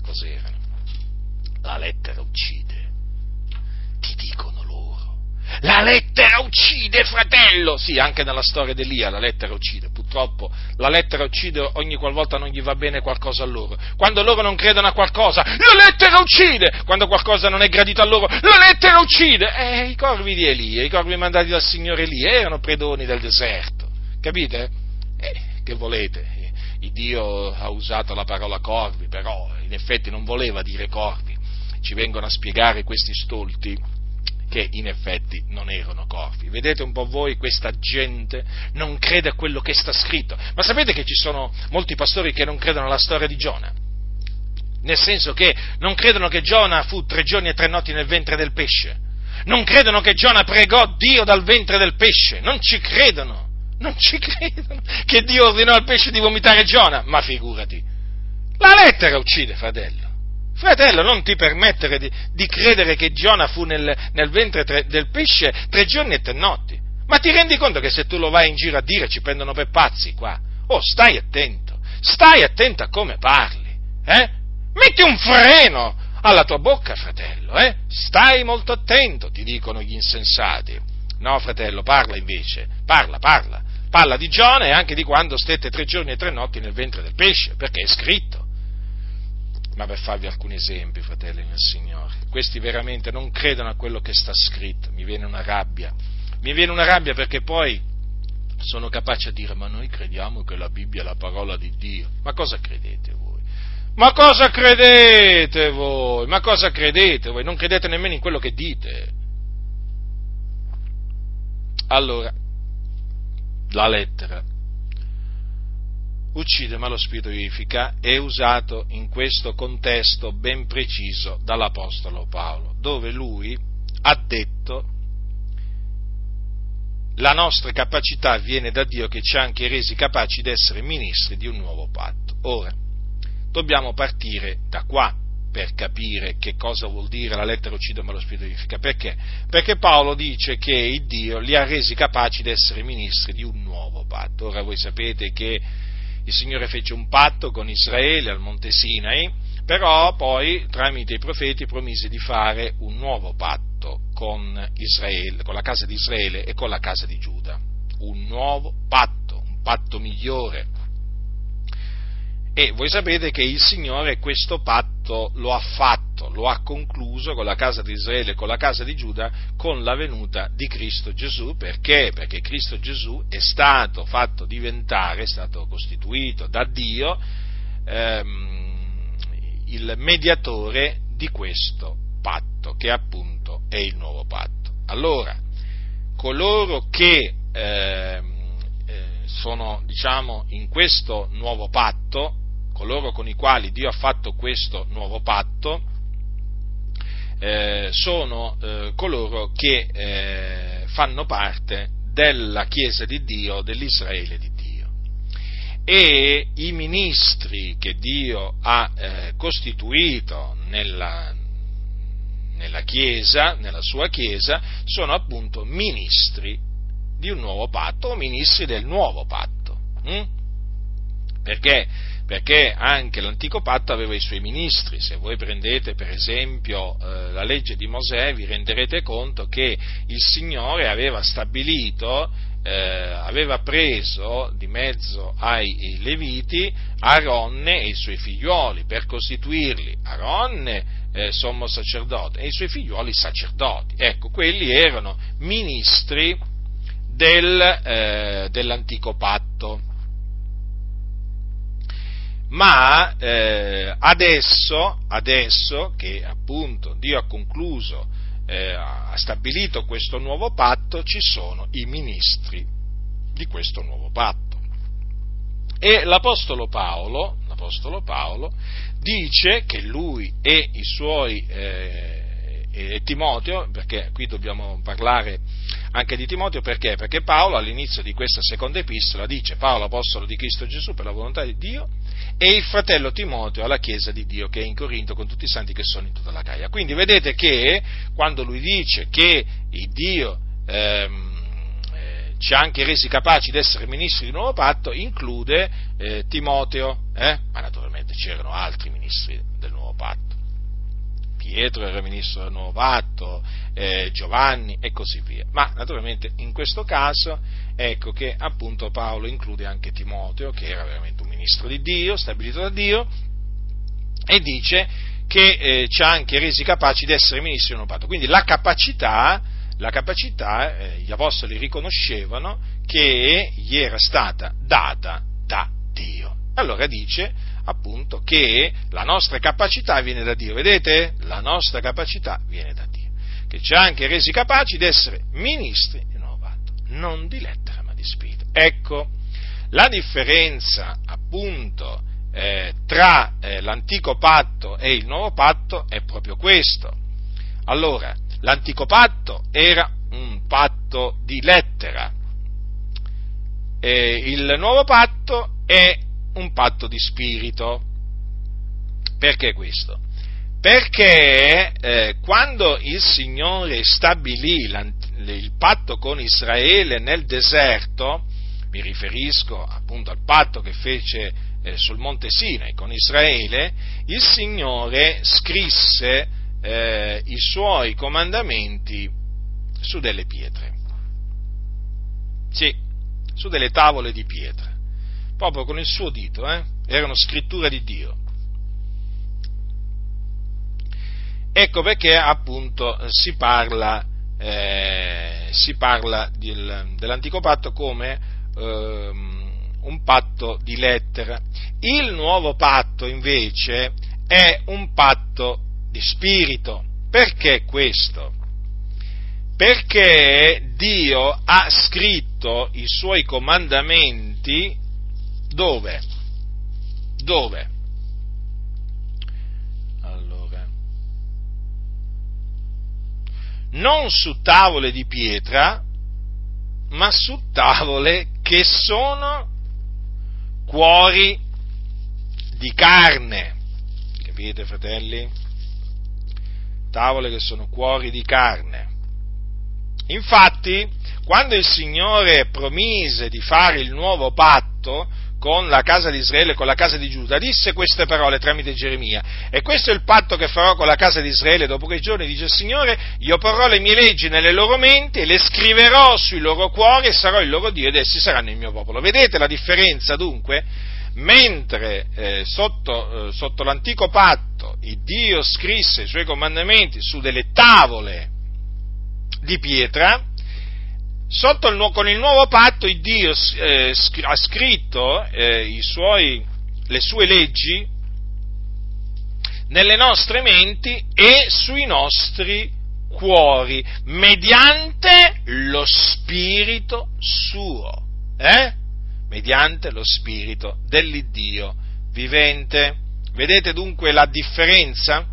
Speaker 1: cos'erano? La lettera uccide, ti dicono loro. La lettera uccide, fratello! Sì, anche nella storia di Elia la lettera uccide. Purtroppo la lettera uccide ogni qualvolta non gli va bene qualcosa a loro. Quando loro non credono a qualcosa, la lettera uccide! Quando qualcosa non è gradito a loro, la lettera uccide! I corvi di Elia, i corvi mandati dal Signore Elia, erano predoni del deserto. Capite? Che volete? Il Dio ha usato la parola corvi, però in effetti non voleva dire corvi. Ci vengono a spiegare questi stolti che in effetti non erano corvi. Vedete un po' voi, questa gente non crede a quello che sta scritto. Ma sapete che ci sono molti pastori che non credono alla storia di Giona? Nel senso che non credono che Giona fu 3 giorni e 3 notti nel ventre del pesce. Non credono che Giona pregò Dio dal ventre del pesce. Non ci credono che Dio ordinò al pesce di vomitare Giona. Ma figurati, la lettera uccide, fratello. Fratello, non ti permettere di credere che Giona fu nel ventre del pesce 3 giorni e 3 notti. Ma ti rendi conto che se tu lo vai in giro a dire ci prendono per pazzi qua? Oh, stai attento a come parli, Metti un freno alla tua bocca, fratello, Stai molto attento, ti dicono gli insensati. No, fratello, parla invece, parla di Giona e anche di quando stette 3 giorni e 3 notti nel ventre del pesce, perché è scritto. Ma per farvi alcuni esempi, fratelli nel Signore, questi veramente non credono a quello che sta scritto, mi viene una rabbia perché poi sono capaci a dire: ma noi crediamo che la Bibbia è la parola di Dio. Ma cosa credete voi? Ma cosa credete voi? Non credete nemmeno in quello che dite. Allora, la lettera uccide ma lo Spirito vivifica è usato in questo contesto ben preciso dall'Apostolo Paolo, dove lui ha detto: la nostra capacità viene da Dio che ci ha anche resi capaci di essere ministri di un nuovo patto. Ora, dobbiamo partire da qua per capire che cosa vuol dire la lettera uccide ma lo Spirito vivifica. Perché? Perché Paolo dice che il Dio li ha resi capaci di essere ministri di un nuovo patto. Ora voi sapete che il Signore fece un patto con Israele al Monte Sinai, però poi tramite i profeti promise di fare un nuovo patto con Israele, con la casa di Israele e con la casa di Giuda. Un nuovo patto, un patto migliore. E voi sapete che il Signore questo patto lo ha fatto, lo ha concluso con la casa di Israele e con la casa di Giuda con la venuta di Cristo Gesù. Perché? Perché Cristo Gesù è stato fatto diventare, è stato costituito da Dio il mediatore di questo patto, che appunto è il nuovo patto. Allora, coloro che sono, in questo nuovo patto, coloro con i quali Dio ha fatto questo nuovo patto, sono coloro che fanno parte della Chiesa di Dio, dell'Israele di Dio. E i ministri che Dio ha costituito nella Chiesa, nella sua Chiesa, sono appunto ministri di un nuovo patto o ministri del nuovo patto. Perché? Perché anche l'antico patto aveva i suoi ministri. Se voi prendete per esempio la legge di Mosè, vi renderete conto che il Signore aveva stabilito, aveva preso di mezzo ai Leviti Aronne e i suoi figliuoli per costituirli. Aronne sommo sacerdote e i suoi figliuoli sacerdoti. Ecco, quelli erano ministri dell'antico patto. Ma adesso che appunto Dio ha concluso, ha stabilito questo nuovo patto, ci sono i ministri di questo nuovo patto. E l'Apostolo Paolo dice che lui e i suoi e Timoteo, perché qui dobbiamo parlare anche di Timoteo, perché? Perché Paolo all'inizio di questa seconda epistola dice: Paolo, apostolo di Cristo Gesù per la volontà di Dio, e il fratello Timoteo alla Chiesa di Dio che è in Corinto con tutti i santi che sono in tutta la Caia. Quindi vedete che quando lui dice che il Dio ci ha anche resi capaci di essere ministri di nuovo patto, include Timoteo, ma naturalmente naturalmente c'erano altri ministri del nuovo patto. Pietro era ministro del nuovo patto, Giovanni e così via. Ma naturalmente in questo caso ecco che appunto Paolo include anche Timoteo, che era veramente un ministro di Dio, stabilito da Dio, e dice che ci ha anche resi capaci di essere ministri del nuovo patto. Quindi la capacità gli apostoli riconoscevano che gli era stata data da Dio. Allora dice appunto che la nostra capacità viene da Dio, vedete? La nostra capacità viene da Dio, che ci ha anche resi capaci di essere ministri del nuovo patto, non di lettera ma di spirito. Ecco, la differenza appunto tra l'antico patto e il nuovo patto è proprio questo. Allora, l'antico patto era un patto di lettera, il nuovo patto è un patto di spirito. Perché questo? Perché quando il Signore stabilì il patto con Israele nel deserto, mi riferisco appunto al patto che fece sul Monte Sinai con Israele, il Signore scrisse i suoi comandamenti su delle pietre, sì, su delle tavole di pietra, proprio con il suo dito, erano scrittura di Dio. Ecco perché appunto si parla dell'antico patto come un patto di lettera. Il nuovo patto invece è un patto di spirito. Perché questo? Perché Dio ha scritto i suoi comandamenti dove? Allora, non su tavole di pietra, ma su tavole che sono cuori di carne. Capite, fratelli? Tavole che sono cuori di carne. Infatti, quando il Signore promise di fare il nuovo patto con la casa di Israele e con la casa di Giuda, disse queste parole tramite Geremia: e questo è il patto che farò con la casa di Israele dopo quei giorni, dice il Signore, io porrò le mie leggi nelle loro menti e le scriverò sui loro cuori e sarò il loro Dio ed essi saranno il mio popolo. Vedete la differenza dunque? Mentre sotto l'antico patto il Dio scrisse i suoi comandamenti su delle tavole di pietra, con il nuovo patto il Dio ha scritto le sue leggi nelle nostre menti e sui nostri cuori, mediante lo Spirito suo, mediante lo Spirito dell'Iddio vivente. Vedete dunque la differenza?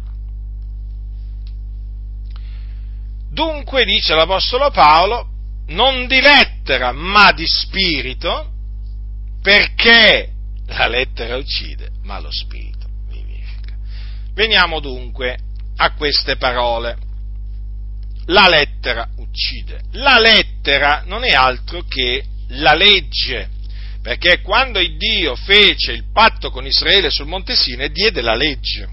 Speaker 1: Dunque, dice l'Apostolo Paolo, non di lettera, ma di spirito, perché la lettera uccide, ma lo spirito vivifica. Veniamo dunque a queste parole. La lettera uccide. La lettera non è altro che la legge, perché quando il Dio fece il patto con Israele sul Monte Sinai, diede la legge.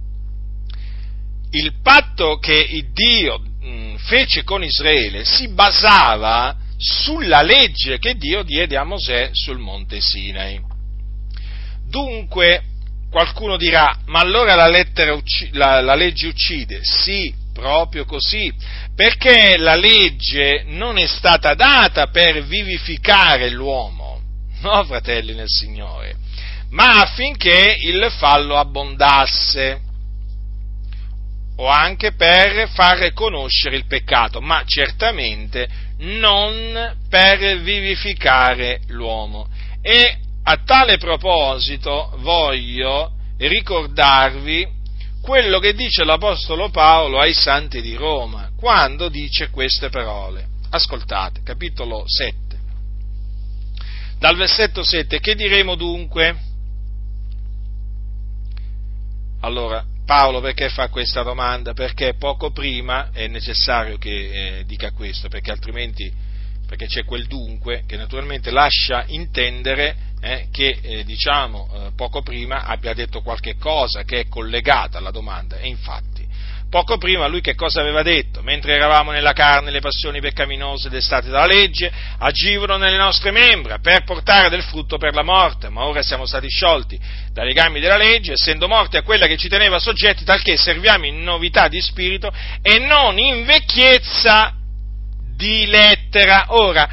Speaker 1: Il patto che il Dio fece con Israele si basava sulla legge che Dio diede a Mosè sul Monte Sinai. Dunque, qualcuno dirà, ma allora la legge uccide? Sì, proprio così, perché la legge non è stata data per vivificare l'uomo, no, fratelli nel Signore, ma affinché il fallo abbondasse, o anche per far conoscere il peccato, ma certamente non per vivificare l'uomo. E a tale proposito voglio ricordarvi quello che dice l'Apostolo Paolo ai Santi di Roma, quando dice queste parole. Ascoltate, capitolo 7, dal versetto 7, che diremo dunque? Allora, Paolo perché fa questa domanda? Perché poco prima è necessario che dica questo, perché altrimenti, perché c'è quel dunque che naturalmente lascia intendere che poco prima abbia detto qualche cosa che è collegata alla domanda, e infatti poco prima lui che cosa aveva detto? Mentre eravamo nella carne, le passioni peccaminose destate dalla legge agivano nelle nostre membra per portare del frutto per la morte, ma ora siamo stati sciolti dai legami della legge, essendo morti a quella che ci teneva soggetti, talché serviamo in novità di spirito e non in vecchiezza di lettera. Ora,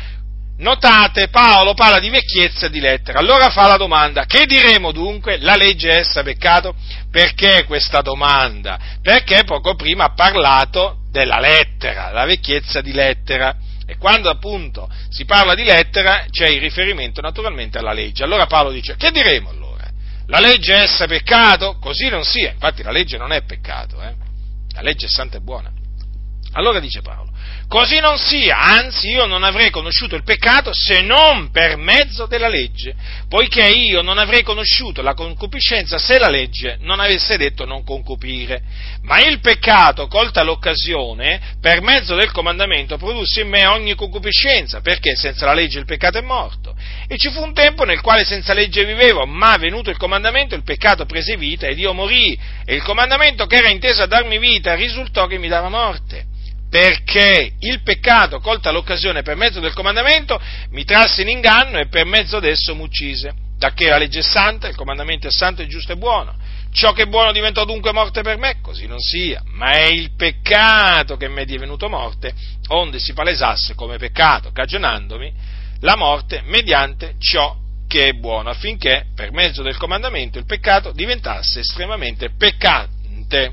Speaker 1: notate, Paolo parla di vecchiezza di lettera, allora fa la domanda: che diremo dunque? La legge è essa peccato? Perché questa domanda? Perché poco prima ha parlato della lettera, la vecchiezza di lettera, e quando appunto si parla di lettera c'è il riferimento naturalmente alla legge. Allora Paolo dice: che diremo allora? La legge è essa peccato? Così non sia, infatti la legge non è peccato, la legge è santa e buona. Allora dice Paolo: così non sia, anzi io non avrei conosciuto il peccato se non per mezzo della legge, poiché io non avrei conosciuto la concupiscenza se la legge non avesse detto non concupire. Ma il peccato, colta l'occasione, per mezzo del comandamento, produsse in me ogni concupiscenza, perché senza la legge il peccato è morto. E ci fu un tempo nel quale senza legge vivevo, ma venuto il comandamento il peccato prese vita ed io morii, e il comandamento che era inteso a darmi vita risultò che mi dava morte. Perché il peccato, colta l'occasione per mezzo del comandamento, mi trasse in inganno e per mezzo d'esso m'uccise. Dacché la legge è santa, il comandamento è santo e giusto e buono. Ciò che è buono diventò dunque morte per me? Così non sia, ma è il peccato che mi è divenuto morte, onde si palesasse come peccato, cagionandomi la morte mediante ciò che è buono, affinché per mezzo del comandamento il peccato diventasse estremamente peccante.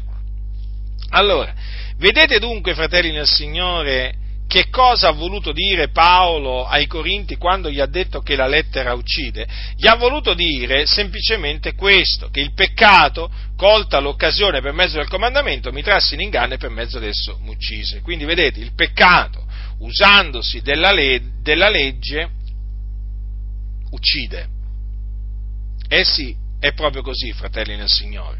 Speaker 1: Allora, vedete dunque, fratelli nel Signore, che cosa ha voluto dire Paolo ai Corinti quando gli ha detto che la lettera uccide? Gli ha voluto dire semplicemente questo, che il peccato, colta l'occasione per mezzo del comandamento, mi trasse in inganno e per mezzo d'esso m'uccise. Quindi vedete, il peccato, usandosi della legge, uccide. Sì, è proprio così, fratelli nel Signore.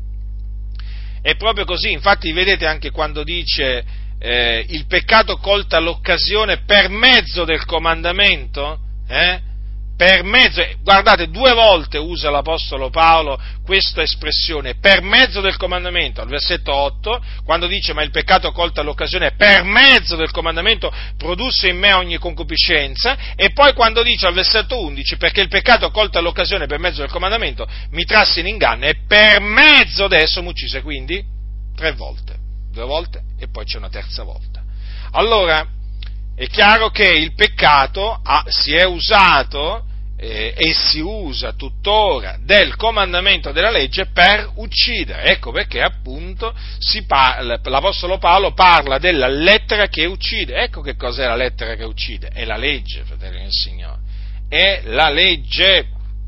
Speaker 1: È proprio così, infatti vedete anche quando dice il peccato colta l'occasione per mezzo del comandamento, per mezzo, guardate, 2 volte usa l'Apostolo Paolo questa espressione, per mezzo del comandamento, al versetto 8, quando dice ma il peccato colta l'occasione per mezzo del comandamento produsse in me ogni concupiscenza, e poi quando dice al versetto 11 perché il peccato colta l'occasione per mezzo del comandamento mi trasse in inganno e per mezzo d'esso m'uccise, quindi 3 volte, 2 volte e poi c'è una terza volta. Allora, è chiaro che il peccato si è usato e si usa tuttora del comandamento della legge per uccidere. Ecco perché appunto l'Apostolo Paolo parla della lettera che uccide. Ecco che cos'è la lettera che uccide. È la legge, fratelli del Signore. È la legge.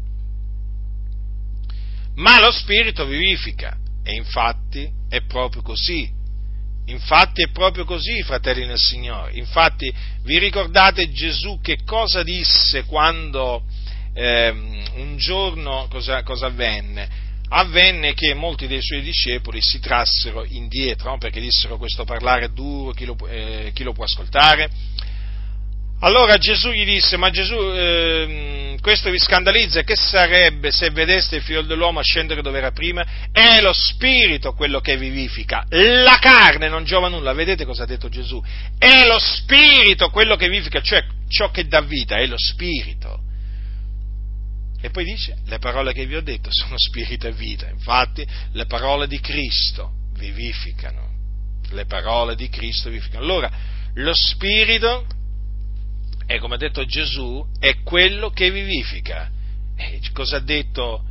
Speaker 1: Ma lo Spirito vivifica. E infatti è proprio così. Infatti è proprio così, fratelli nel Signore. Infatti vi ricordate Gesù che cosa disse quando un giorno cosa avvenne? Avvenne che molti dei suoi discepoli si trassero indietro, no? Perché dissero: questo parlare è duro, chi lo può ascoltare? Allora Gesù gli disse: ma Gesù, questo vi scandalizza? Che sarebbe se vedeste il figlio dell'uomo scendere dove era prima? È lo spirito quello che vivifica, la carne non giova nulla. Vedete cosa ha detto Gesù? È lo spirito quello che vivifica, cioè ciò che dà vita, è lo spirito. E poi dice: le parole che vi ho detto sono spirito e vita. Infatti le parole di Cristo vivificano. Le parole di Cristo vivificano. Allora, lo spirito, e come ha detto Gesù, è quello che vivifica. Cosa ha detto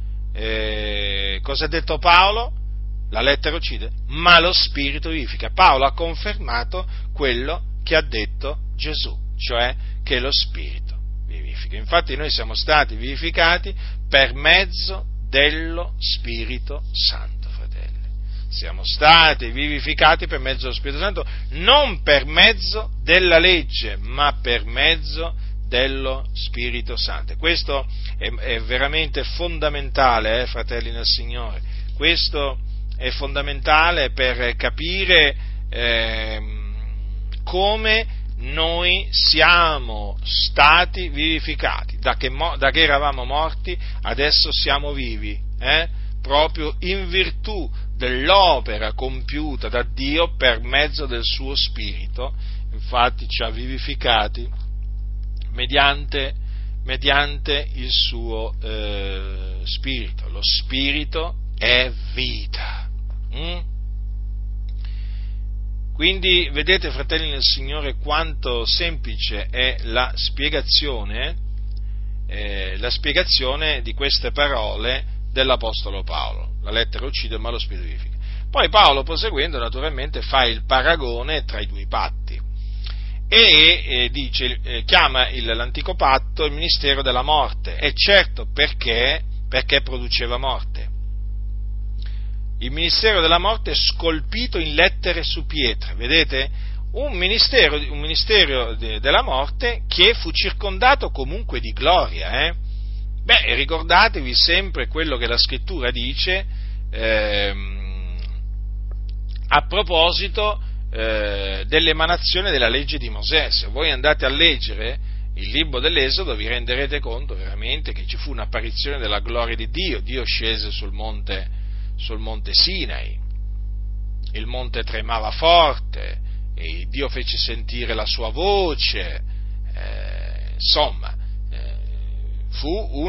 Speaker 1: Paolo? La lettera uccide, ma lo Spirito vivifica. Paolo ha confermato quello che ha detto Gesù, cioè che lo Spirito vivifica. Infatti noi siamo stati vivificati per mezzo dello Spirito Santo, fratelli. Siamo stati vivificati per mezzo dello Spirito Santo, non per mezzo della legge, ma per mezzo dello Spirito Santo. Questo è veramente fondamentale, fratelli nel Signore. Questo è fondamentale per capire come noi siamo stati vivificati, da che eravamo morti, adesso siamo vivi, proprio in virtù dell'opera compiuta da Dio per mezzo del suo Spirito. Infatti ci ha vivificati mediante il suo Spirito. Lo Spirito è vita. Quindi vedete, fratelli nel Signore, quanto semplice è la spiegazione di queste parole dell'Apostolo Paolo. La lettera uccide ma lo Spirito vivifica. Poi Paolo, proseguendo, naturalmente fa il paragone tra i due patti e chiama l'antico patto il ministero della morte. E certo, perché produceva morte. Il ministero della morte è scolpito in lettere su pietre, vedete? Un ministero della morte che fu circondato comunque di gloria, ricordatevi sempre quello che la Scrittura dice a proposito dell'emanazione della legge di Mosè. Se voi andate a leggere il libro dell'Esodo vi renderete conto veramente che ci fu un'apparizione della gloria di Dio. Dio scese sul monte Sinai, il monte tremava forte e Dio fece sentire la sua voce, fu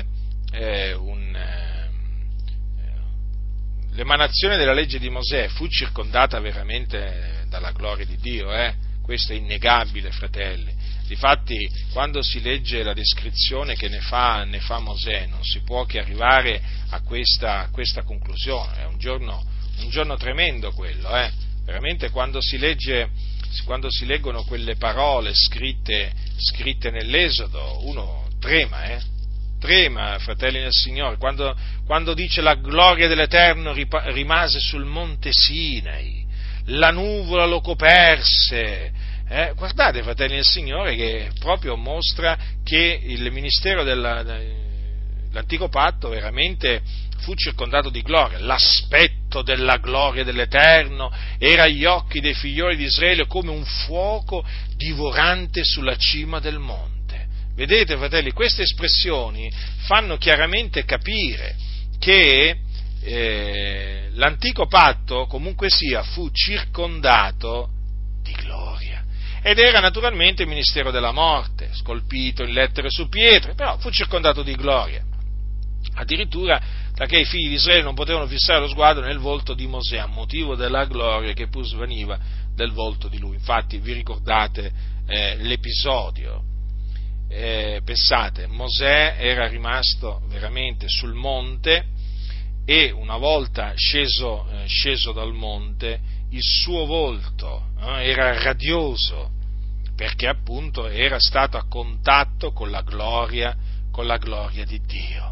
Speaker 1: l'emanazione della legge di Mosè fu circondata veramente dalla gloria di Dio, questo è innegabile, fratelli. Difatti, quando si legge la descrizione che ne fa Mosè, non si può che arrivare a questa conclusione. È un giorno tremendo quello, veramente quando si leggono quelle parole scritte nell'Esodo, uno trema, fratelli nel Signore, quando dice la gloria dell'Eterno rimase sul monte Sinai, la nuvola lo coperse. Guardate, fratelli del Signore, che proprio mostra che il ministero dell'antico patto veramente fu circondato di gloria. L'aspetto della gloria dell'Eterno era agli occhi dei figlioli di Israele come un fuoco divorante sulla cima del monte. Vedete, fratelli, queste espressioni fanno chiaramente capire che l'antico patto, comunque sia, fu circondato di gloria. Ed era naturalmente il ministero della morte, scolpito in lettere su pietre, però fu circondato di gloria. Addirittura, perché i figli di Israele non potevano fissare lo sguardo nel volto di Mosè, a motivo della gloria che pur svaniva del volto di lui. Infatti, vi ricordate l'episodio? Pensate, Mosè era rimasto veramente sul monte e una volta sceso dal monte, il suo volto era radioso, perché appunto era stato a contatto con la gloria di Dio.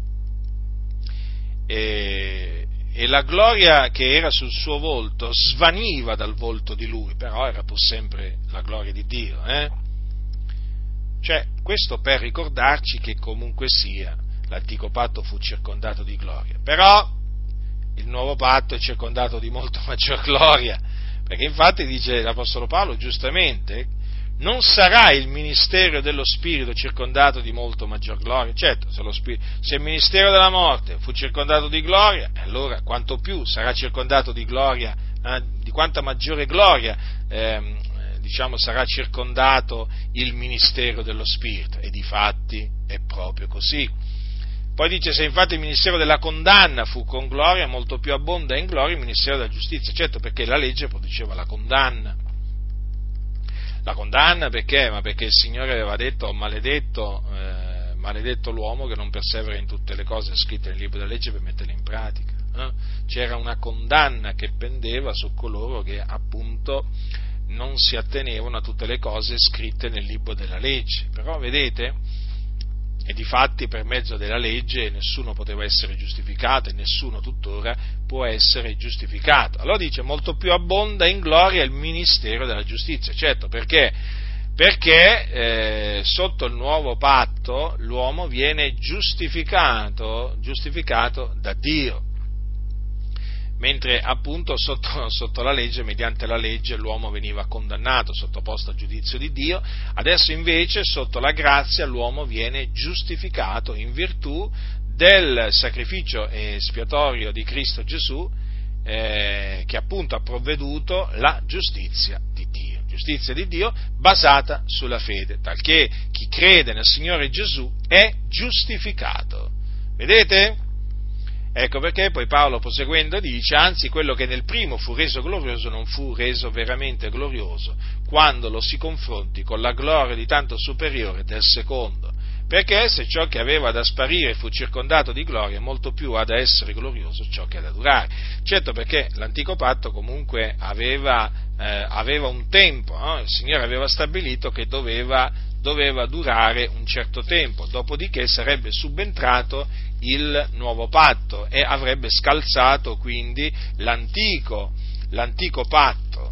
Speaker 1: E la gloria che era sul suo volto svaniva dal volto di lui, però era pur sempre la gloria di Dio. Cioè, questo per ricordarci che comunque sia l'antico patto fu circondato di gloria, però il nuovo patto è circondato di molto maggior gloria, perché infatti dice l'Apostolo Paolo giustamente, non sarà il ministero dello Spirito circondato di molto maggior gloria. Certo, se il ministero della morte fu circondato di gloria, allora quanto più sarà circondato di gloria, di quanta maggiore gloria sarà circondato il ministero dello Spirito, e difatti è proprio così. Poi dice, se infatti il ministero della condanna fu con gloria, molto più abbonda in gloria il ministero della giustizia. Certo, perché la legge produceva la condanna. La condanna perché? Ma perché il Signore aveva detto, maledetto l'uomo che non persevera in tutte le cose scritte nel libro della legge per metterle in pratica. C'era una condanna che pendeva su coloro che appunto non si attenevano a tutte le cose scritte nel libro della legge. Però vedete? E difatti per mezzo della legge nessuno poteva essere giustificato e nessuno tuttora può essere giustificato. Allora dice, molto più abbonda in gloria il ministero della giustizia. Certo, perché sotto il nuovo patto l'uomo viene giustificato da Dio. mentre appunto sotto la legge, mediante la legge, l'uomo veniva condannato, sottoposto al giudizio di Dio. Adesso invece sotto la grazia l'uomo viene giustificato in virtù del sacrificio espiatorio di Cristo Gesù, che appunto ha provveduto la giustizia di Dio basata sulla fede, talché chi crede nel Signore Gesù è giustificato. Vedete? Ecco perché poi Paolo, proseguendo, dice: anzi, quello che nel primo fu reso glorioso non fu reso veramente glorioso quando lo si confronti con la gloria di tanto superiore del secondo. Perché se ciò che aveva da sparire fu circondato di gloria, molto più ha da essere glorioso ciò che ha da durare. Certo, perché l'antico patto comunque aveva un tempo, no? Il Signore aveva stabilito che doveva durare un certo tempo, dopodiché sarebbe subentrato il nuovo patto e avrebbe scalzato quindi l'antico patto.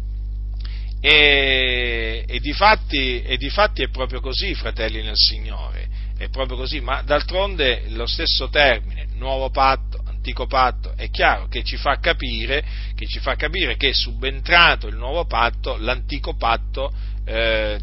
Speaker 1: E difatti è proprio così, fratelli nel Signore, è proprio così, ma d'altronde lo stesso termine, nuovo patto, antico patto, è chiaro che ci fa capire che subentrato il nuovo patto, l'antico patto, è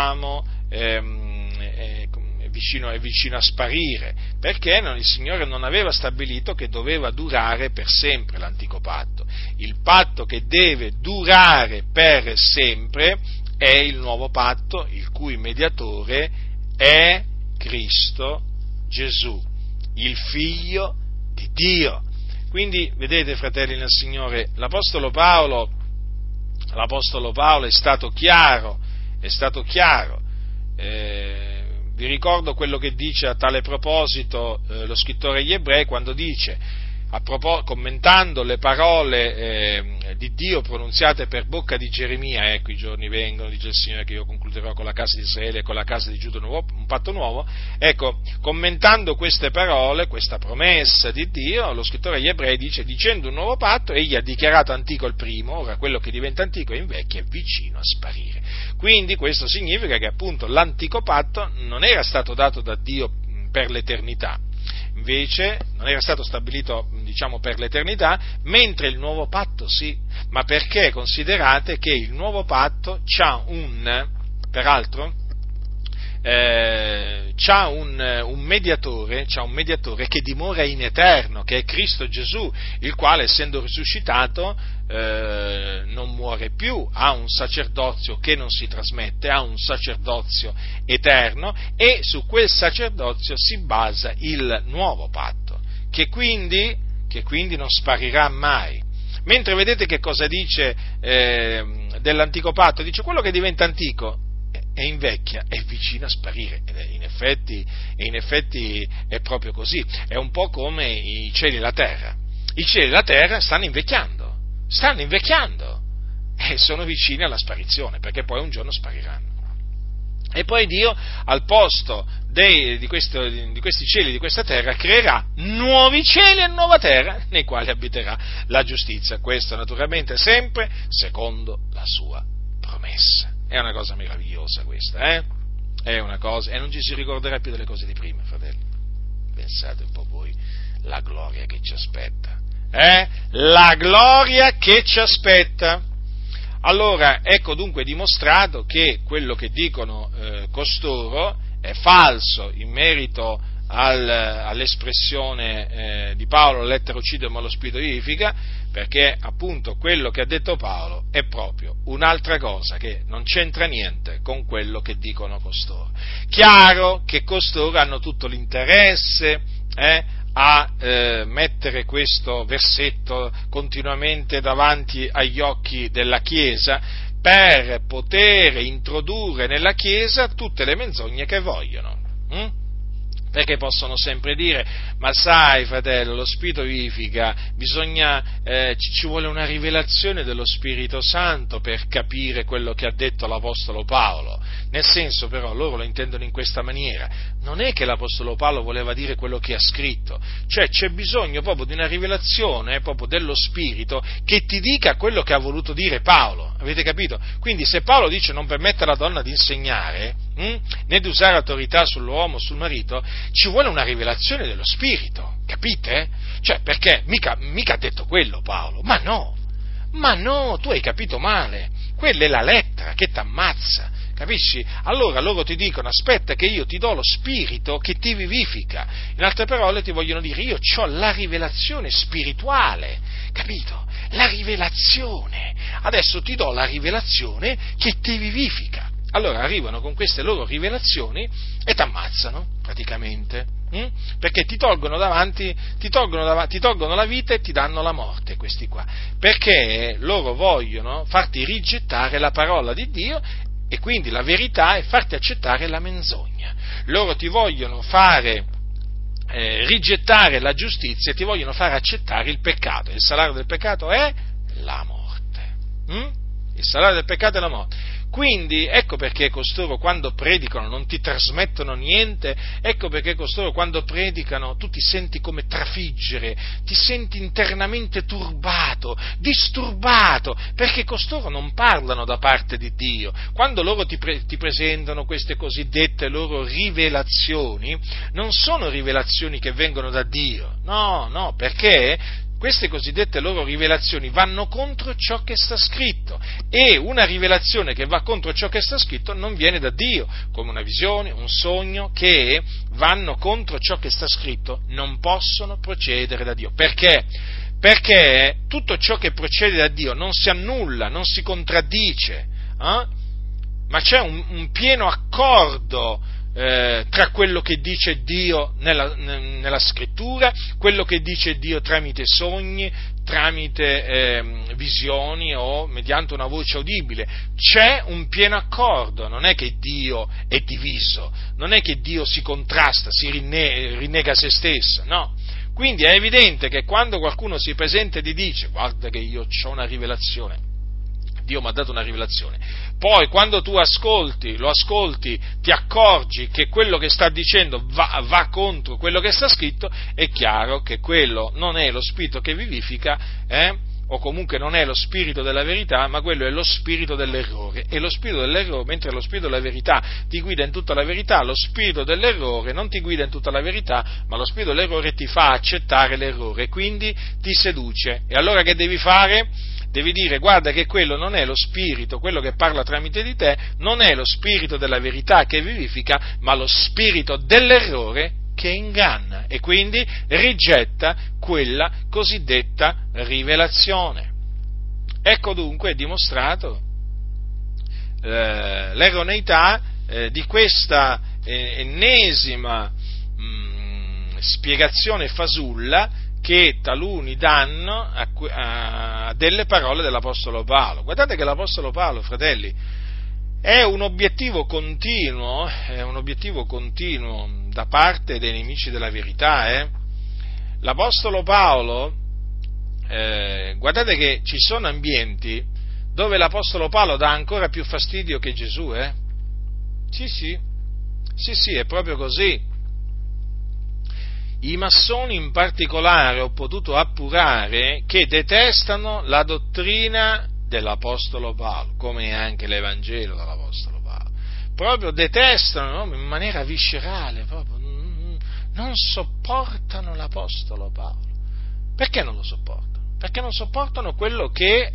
Speaker 1: vicino a sparire, perché il Signore non aveva stabilito che doveva durare per sempre l'antico patto. Il patto che deve durare per sempre è il nuovo patto, il cui mediatore è Cristo Gesù, il Figlio di Dio. Quindi, vedete, fratelli nel Signore, l'Apostolo Paolo è stato chiaro. Vi ricordo quello che dice a tale proposito lo scrittore agli Ebrei, quando dice, commentando le parole di Dio pronunziate per bocca di Geremia: ecco, i giorni vengono, dice il Signore, che io concluderò con la casa di Israele e con la casa di Giuda un patto nuovo. Ecco, commentando queste parole, questa promessa di Dio, lo scrittore agli Ebrei dice: dicendo un nuovo patto, egli ha dichiarato antico il primo, ora quello che diventa antico e invecchia è vicino a sparire. Quindi questo significa che appunto l'antico patto non era stato dato da Dio per l'eternità, invece non era stato stabilito, per l'eternità, mentre il nuovo patto sì. Ma perché considerate che il nuovo patto c'ha un mediatore che dimora in eterno, che è Cristo Gesù, il quale, essendo risuscitato, non muore più, ha un sacerdozio che non si trasmette, ha un sacerdozio eterno, e su quel sacerdozio si basa il nuovo patto, che quindi non sparirà mai. Mentre vedete che cosa dice dell'antico patto? Dice: quello che diventa antico e invecchia è vicino a sparire. E in effetti è proprio così. È un po' come i cieli e la terra. I cieli e la terra stanno invecchiando e sono vicini alla sparizione, perché poi un giorno spariranno. E poi Dio, al posto di questi cieli, di questa terra, creerà nuovi cieli e nuova terra nei quali abiterà la giustizia. Questo naturalmente sempre secondo la sua promessa. È una cosa meravigliosa questa, È una cosa, e non ci si ricorderà più delle cose di prima, fratelli. Pensate un po' voi, la gloria che ci aspetta, La gloria che ci aspetta. Allora, ecco dunque dimostrato che quello che dicono costoro è falso in merito all'espressione di Paolo, lettera uccide ma lo spirito vivifica, perché appunto quello che ha detto Paolo è proprio un'altra cosa, che non c'entra niente con quello che dicono costoro. Chiaro che costoro hanno tutto l'interesse a mettere questo versetto continuamente davanti agli occhi della Chiesa, per poter introdurre nella Chiesa tutte le menzogne che vogliono. Perché possono sempre dire: ma sai, fratello, lo Spirito vivifica, ci vuole una rivelazione dello Spirito Santo per capire quello che ha detto l'Apostolo Paolo. Nel senso, però, loro lo intendono in questa maniera: non è che l'Apostolo Paolo voleva dire quello che ha scritto, cioè c'è bisogno proprio di una rivelazione proprio dello Spirito che ti dica quello che ha voluto dire Paolo, avete capito? Quindi se Paolo dice non permette alla donna di insegnare, né di usare autorità sull'uomo, sul marito, ci vuole una rivelazione dello Spirito, capite? Cioè, perché mica ha detto quello Paolo, ma no, tu hai capito male, quella è la lettera che t'ammazza, capisci? Allora loro ti dicono, aspetta che io ti do lo Spirito che ti vivifica, in altre parole ti vogliono dire, io ho la rivelazione spirituale, capito? La rivelazione, adesso ti do la rivelazione che ti vivifica. Allora arrivano con queste loro rivelazioni e t'ammazzano, praticamente, perché ti tolgono la vita e ti danno la morte, questi qua, perché loro vogliono farti rigettare la parola di Dio e quindi la verità e farti accettare la menzogna. Loro ti vogliono fare rigettare la giustizia e ti vogliono fare accettare il peccato. Il salario del peccato è la morte. Il salario del peccato è la morte. Quindi ecco perché costoro quando predicano non ti trasmettono niente, ecco perché costoro quando predicano tu ti senti come trafiggere, ti senti internamente turbato, disturbato, perché costoro non parlano da parte di Dio. Quando loro ti presentano queste cosiddette loro rivelazioni, non sono rivelazioni che vengono da Dio, no, perché queste cosiddette loro rivelazioni vanno contro ciò che sta scritto, e una rivelazione che va contro ciò che sta scritto non viene da Dio, come una visione, un sogno che vanno contro ciò che sta scritto non possono procedere da Dio. Perché? Perché tutto ciò che procede da Dio non si annulla, non si contraddice, ma c'è un pieno accordo tra quello che dice Dio nella scrittura, quello che dice Dio tramite sogni, tramite visioni o mediante una voce udibile. C'è un pieno accordo, non è che Dio è diviso, non è che Dio si contrasta, si rinnega se stesso, no. Quindi è evidente che quando qualcuno si presenta e ti dice guarda che io ho una rivelazione, Dio mi ha dato una rivelazione, poi quando tu lo ascolti, ti accorgi che quello che sta dicendo va contro quello che sta scritto, è chiaro che quello non è lo spirito che vivifica, o comunque non è lo spirito della verità, ma quello è lo spirito dell'errore. E lo spirito dell'errore, mentre lo spirito della verità ti guida in tutta la verità, lo spirito dell'errore non ti guida in tutta la verità, ma lo spirito dell'errore ti fa accettare l'errore, e quindi ti seduce. E allora che devi fare? Devi dire guarda che quello non è lo spirito, quello che parla tramite di te, non è lo spirito della verità che vivifica, ma lo spirito dell'errore che inganna, e quindi rigetta quella cosiddetta rivelazione. Ecco dunque dimostrato l'erroneità di questa ennesima spiegazione fasulla che taluni danno a delle parole dell'Apostolo Paolo. Guardate che l'Apostolo Paolo, fratelli, è un obiettivo continuo da parte dei nemici della verità. L'Apostolo Paolo, guardate che ci sono ambienti dove l'Apostolo Paolo dà ancora più fastidio che Gesù, Sì, è proprio così. I massoni in particolare ho potuto appurare che detestano la dottrina dell'Apostolo Paolo, come anche l'Evangelo dell'Apostolo Paolo. Proprio detestano, in maniera viscerale, proprio, non sopportano l'Apostolo Paolo. Perché non lo sopportano? Perché non sopportano quello che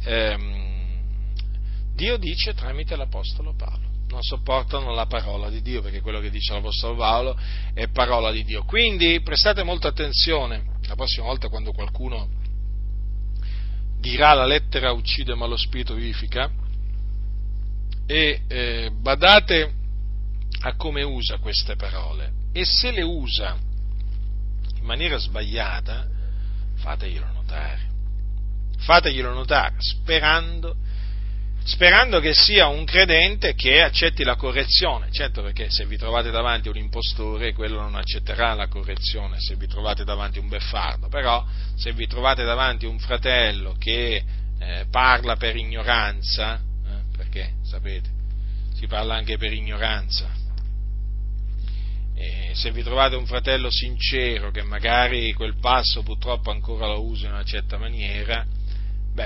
Speaker 1: Dio dice tramite l'Apostolo Paolo. Non sopportano la parola di Dio, perché quello che dice l'Apostolo Paolo è parola di Dio. Quindi prestate molta attenzione la prossima volta quando qualcuno dirà la lettera uccide ma lo spirito vivifica, e badate a come usa queste parole, e se le usa in maniera sbagliata fateglielo notare, sperando che sia un credente che accetti la correzione. Certo, perché se vi trovate davanti un impostore, quello non accetterà la correzione, se vi trovate davanti un beffardo, però se vi trovate davanti un fratello che parla per ignoranza, perché sapete, si parla anche per ignoranza, e se vi trovate un fratello sincero che magari quel passo purtroppo ancora lo usa in una certa maniera,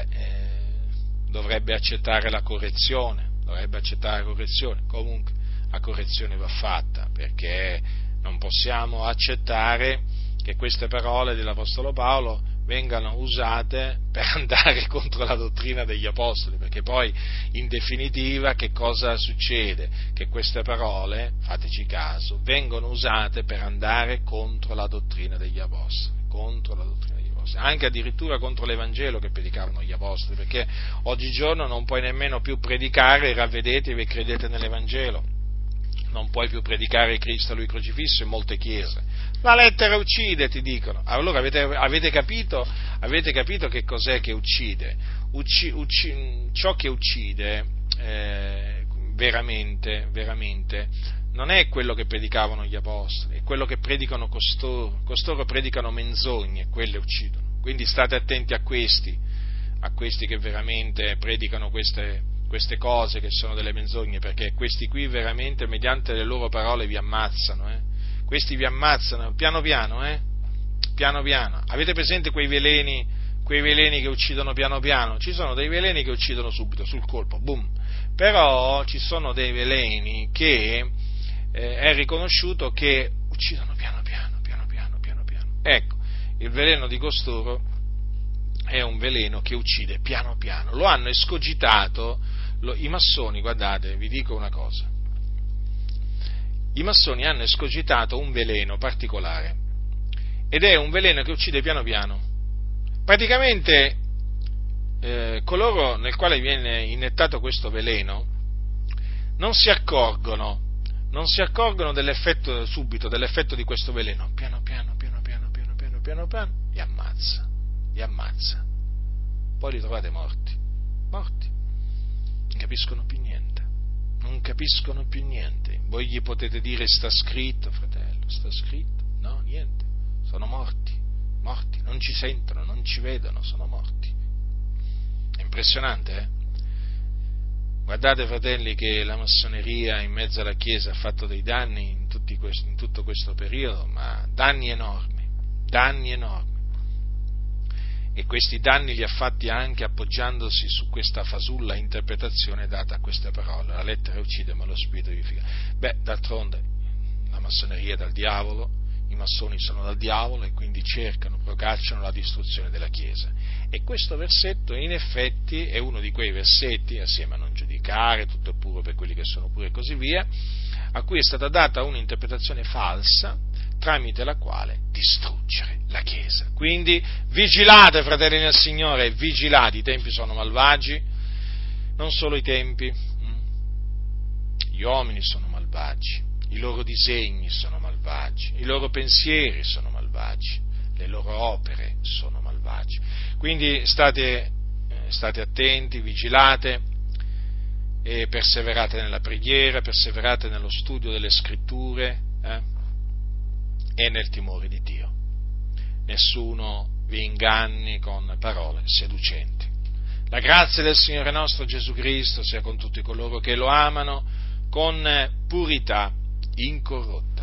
Speaker 1: dovrebbe accettare la correzione. Comunque, la correzione va fatta, perché non possiamo accettare che queste parole dell'Apostolo Paolo vengano usate per andare contro la dottrina degli Apostoli, perché poi in definitiva che cosa succede? Che queste parole, fateci caso, vengono usate per andare contro la dottrina degli Apostoli, anche addirittura contro l'Evangelo che predicavano gli Apostoli, perché oggigiorno non puoi nemmeno più predicare ravvedetevi e credete nell'Evangelo, non puoi più predicare Cristo a Lui crocifisso in molte chiese. La lettera uccide, ti dicono. Allora avete capito che cos'è che uccide? Ciò che uccide veramente non è quello che predicavano gli apostoli, è quello che predicano costoro predicano menzogne e quelle uccidono. Quindi state attenti a questi che veramente predicano queste cose che sono delle menzogne, perché questi qui veramente mediante le loro parole vi ammazzano, Questi vi ammazzano piano piano. Avete presente quei veleni che uccidono piano piano? Ci sono dei veleni che uccidono subito, sul colpo, boom. Però ci sono dei veleni che è riconosciuto che uccidono piano piano. Ecco, il veleno di costoro è un veleno che uccide piano piano. Lo hanno escogitato i massoni, guardate, vi dico una cosa. I massoni hanno escogitato un veleno particolare, ed è un veleno che uccide piano piano. Praticamente coloro nel quale viene iniettato questo veleno non si accorgono dell'effetto subito, dell'effetto di questo veleno. Piano piano, li ammazza. Poi li trovate morti. Non capiscono più niente. Voi gli potete dire sta scritto, fratello, sta scritto? No, niente. Sono morti, non ci sentono, non ci vedono, sono morti. È impressionante, eh? Guardate, fratelli, che la massoneria in mezzo alla Chiesa ha fatto dei danni in tutto questo periodo, ma danni enormi. E questi danni li ha fatti anche appoggiandosi su questa fasulla interpretazione data a queste parole: la lettera uccide ma lo spirito vivifica. D'altronde la massoneria è dal diavolo, i massoni sono dal diavolo e quindi procacciano la distruzione della Chiesa. E questo versetto in effetti è uno di quei versetti, assieme a non giudicare, tutto è puro per quelli che sono puri e così via, a cui è stata data un'interpretazione falsa tramite la quale distruggere la Chiesa. Quindi vigilate, fratelli nel Signore, vigilate, i tempi sono malvagi, non solo i tempi, gli uomini sono malvagi, i loro disegni sono malvagi, i loro pensieri sono malvagi, le loro opere sono malvagi. Quindi state attenti, vigilate e perseverate nella preghiera, perseverate nello studio delle Scritture, e nel timore di Dio. Nessuno vi inganni con parole seducenti. La grazia del Signore nostro Gesù Cristo sia con tutti coloro che lo amano con purità incorrotta.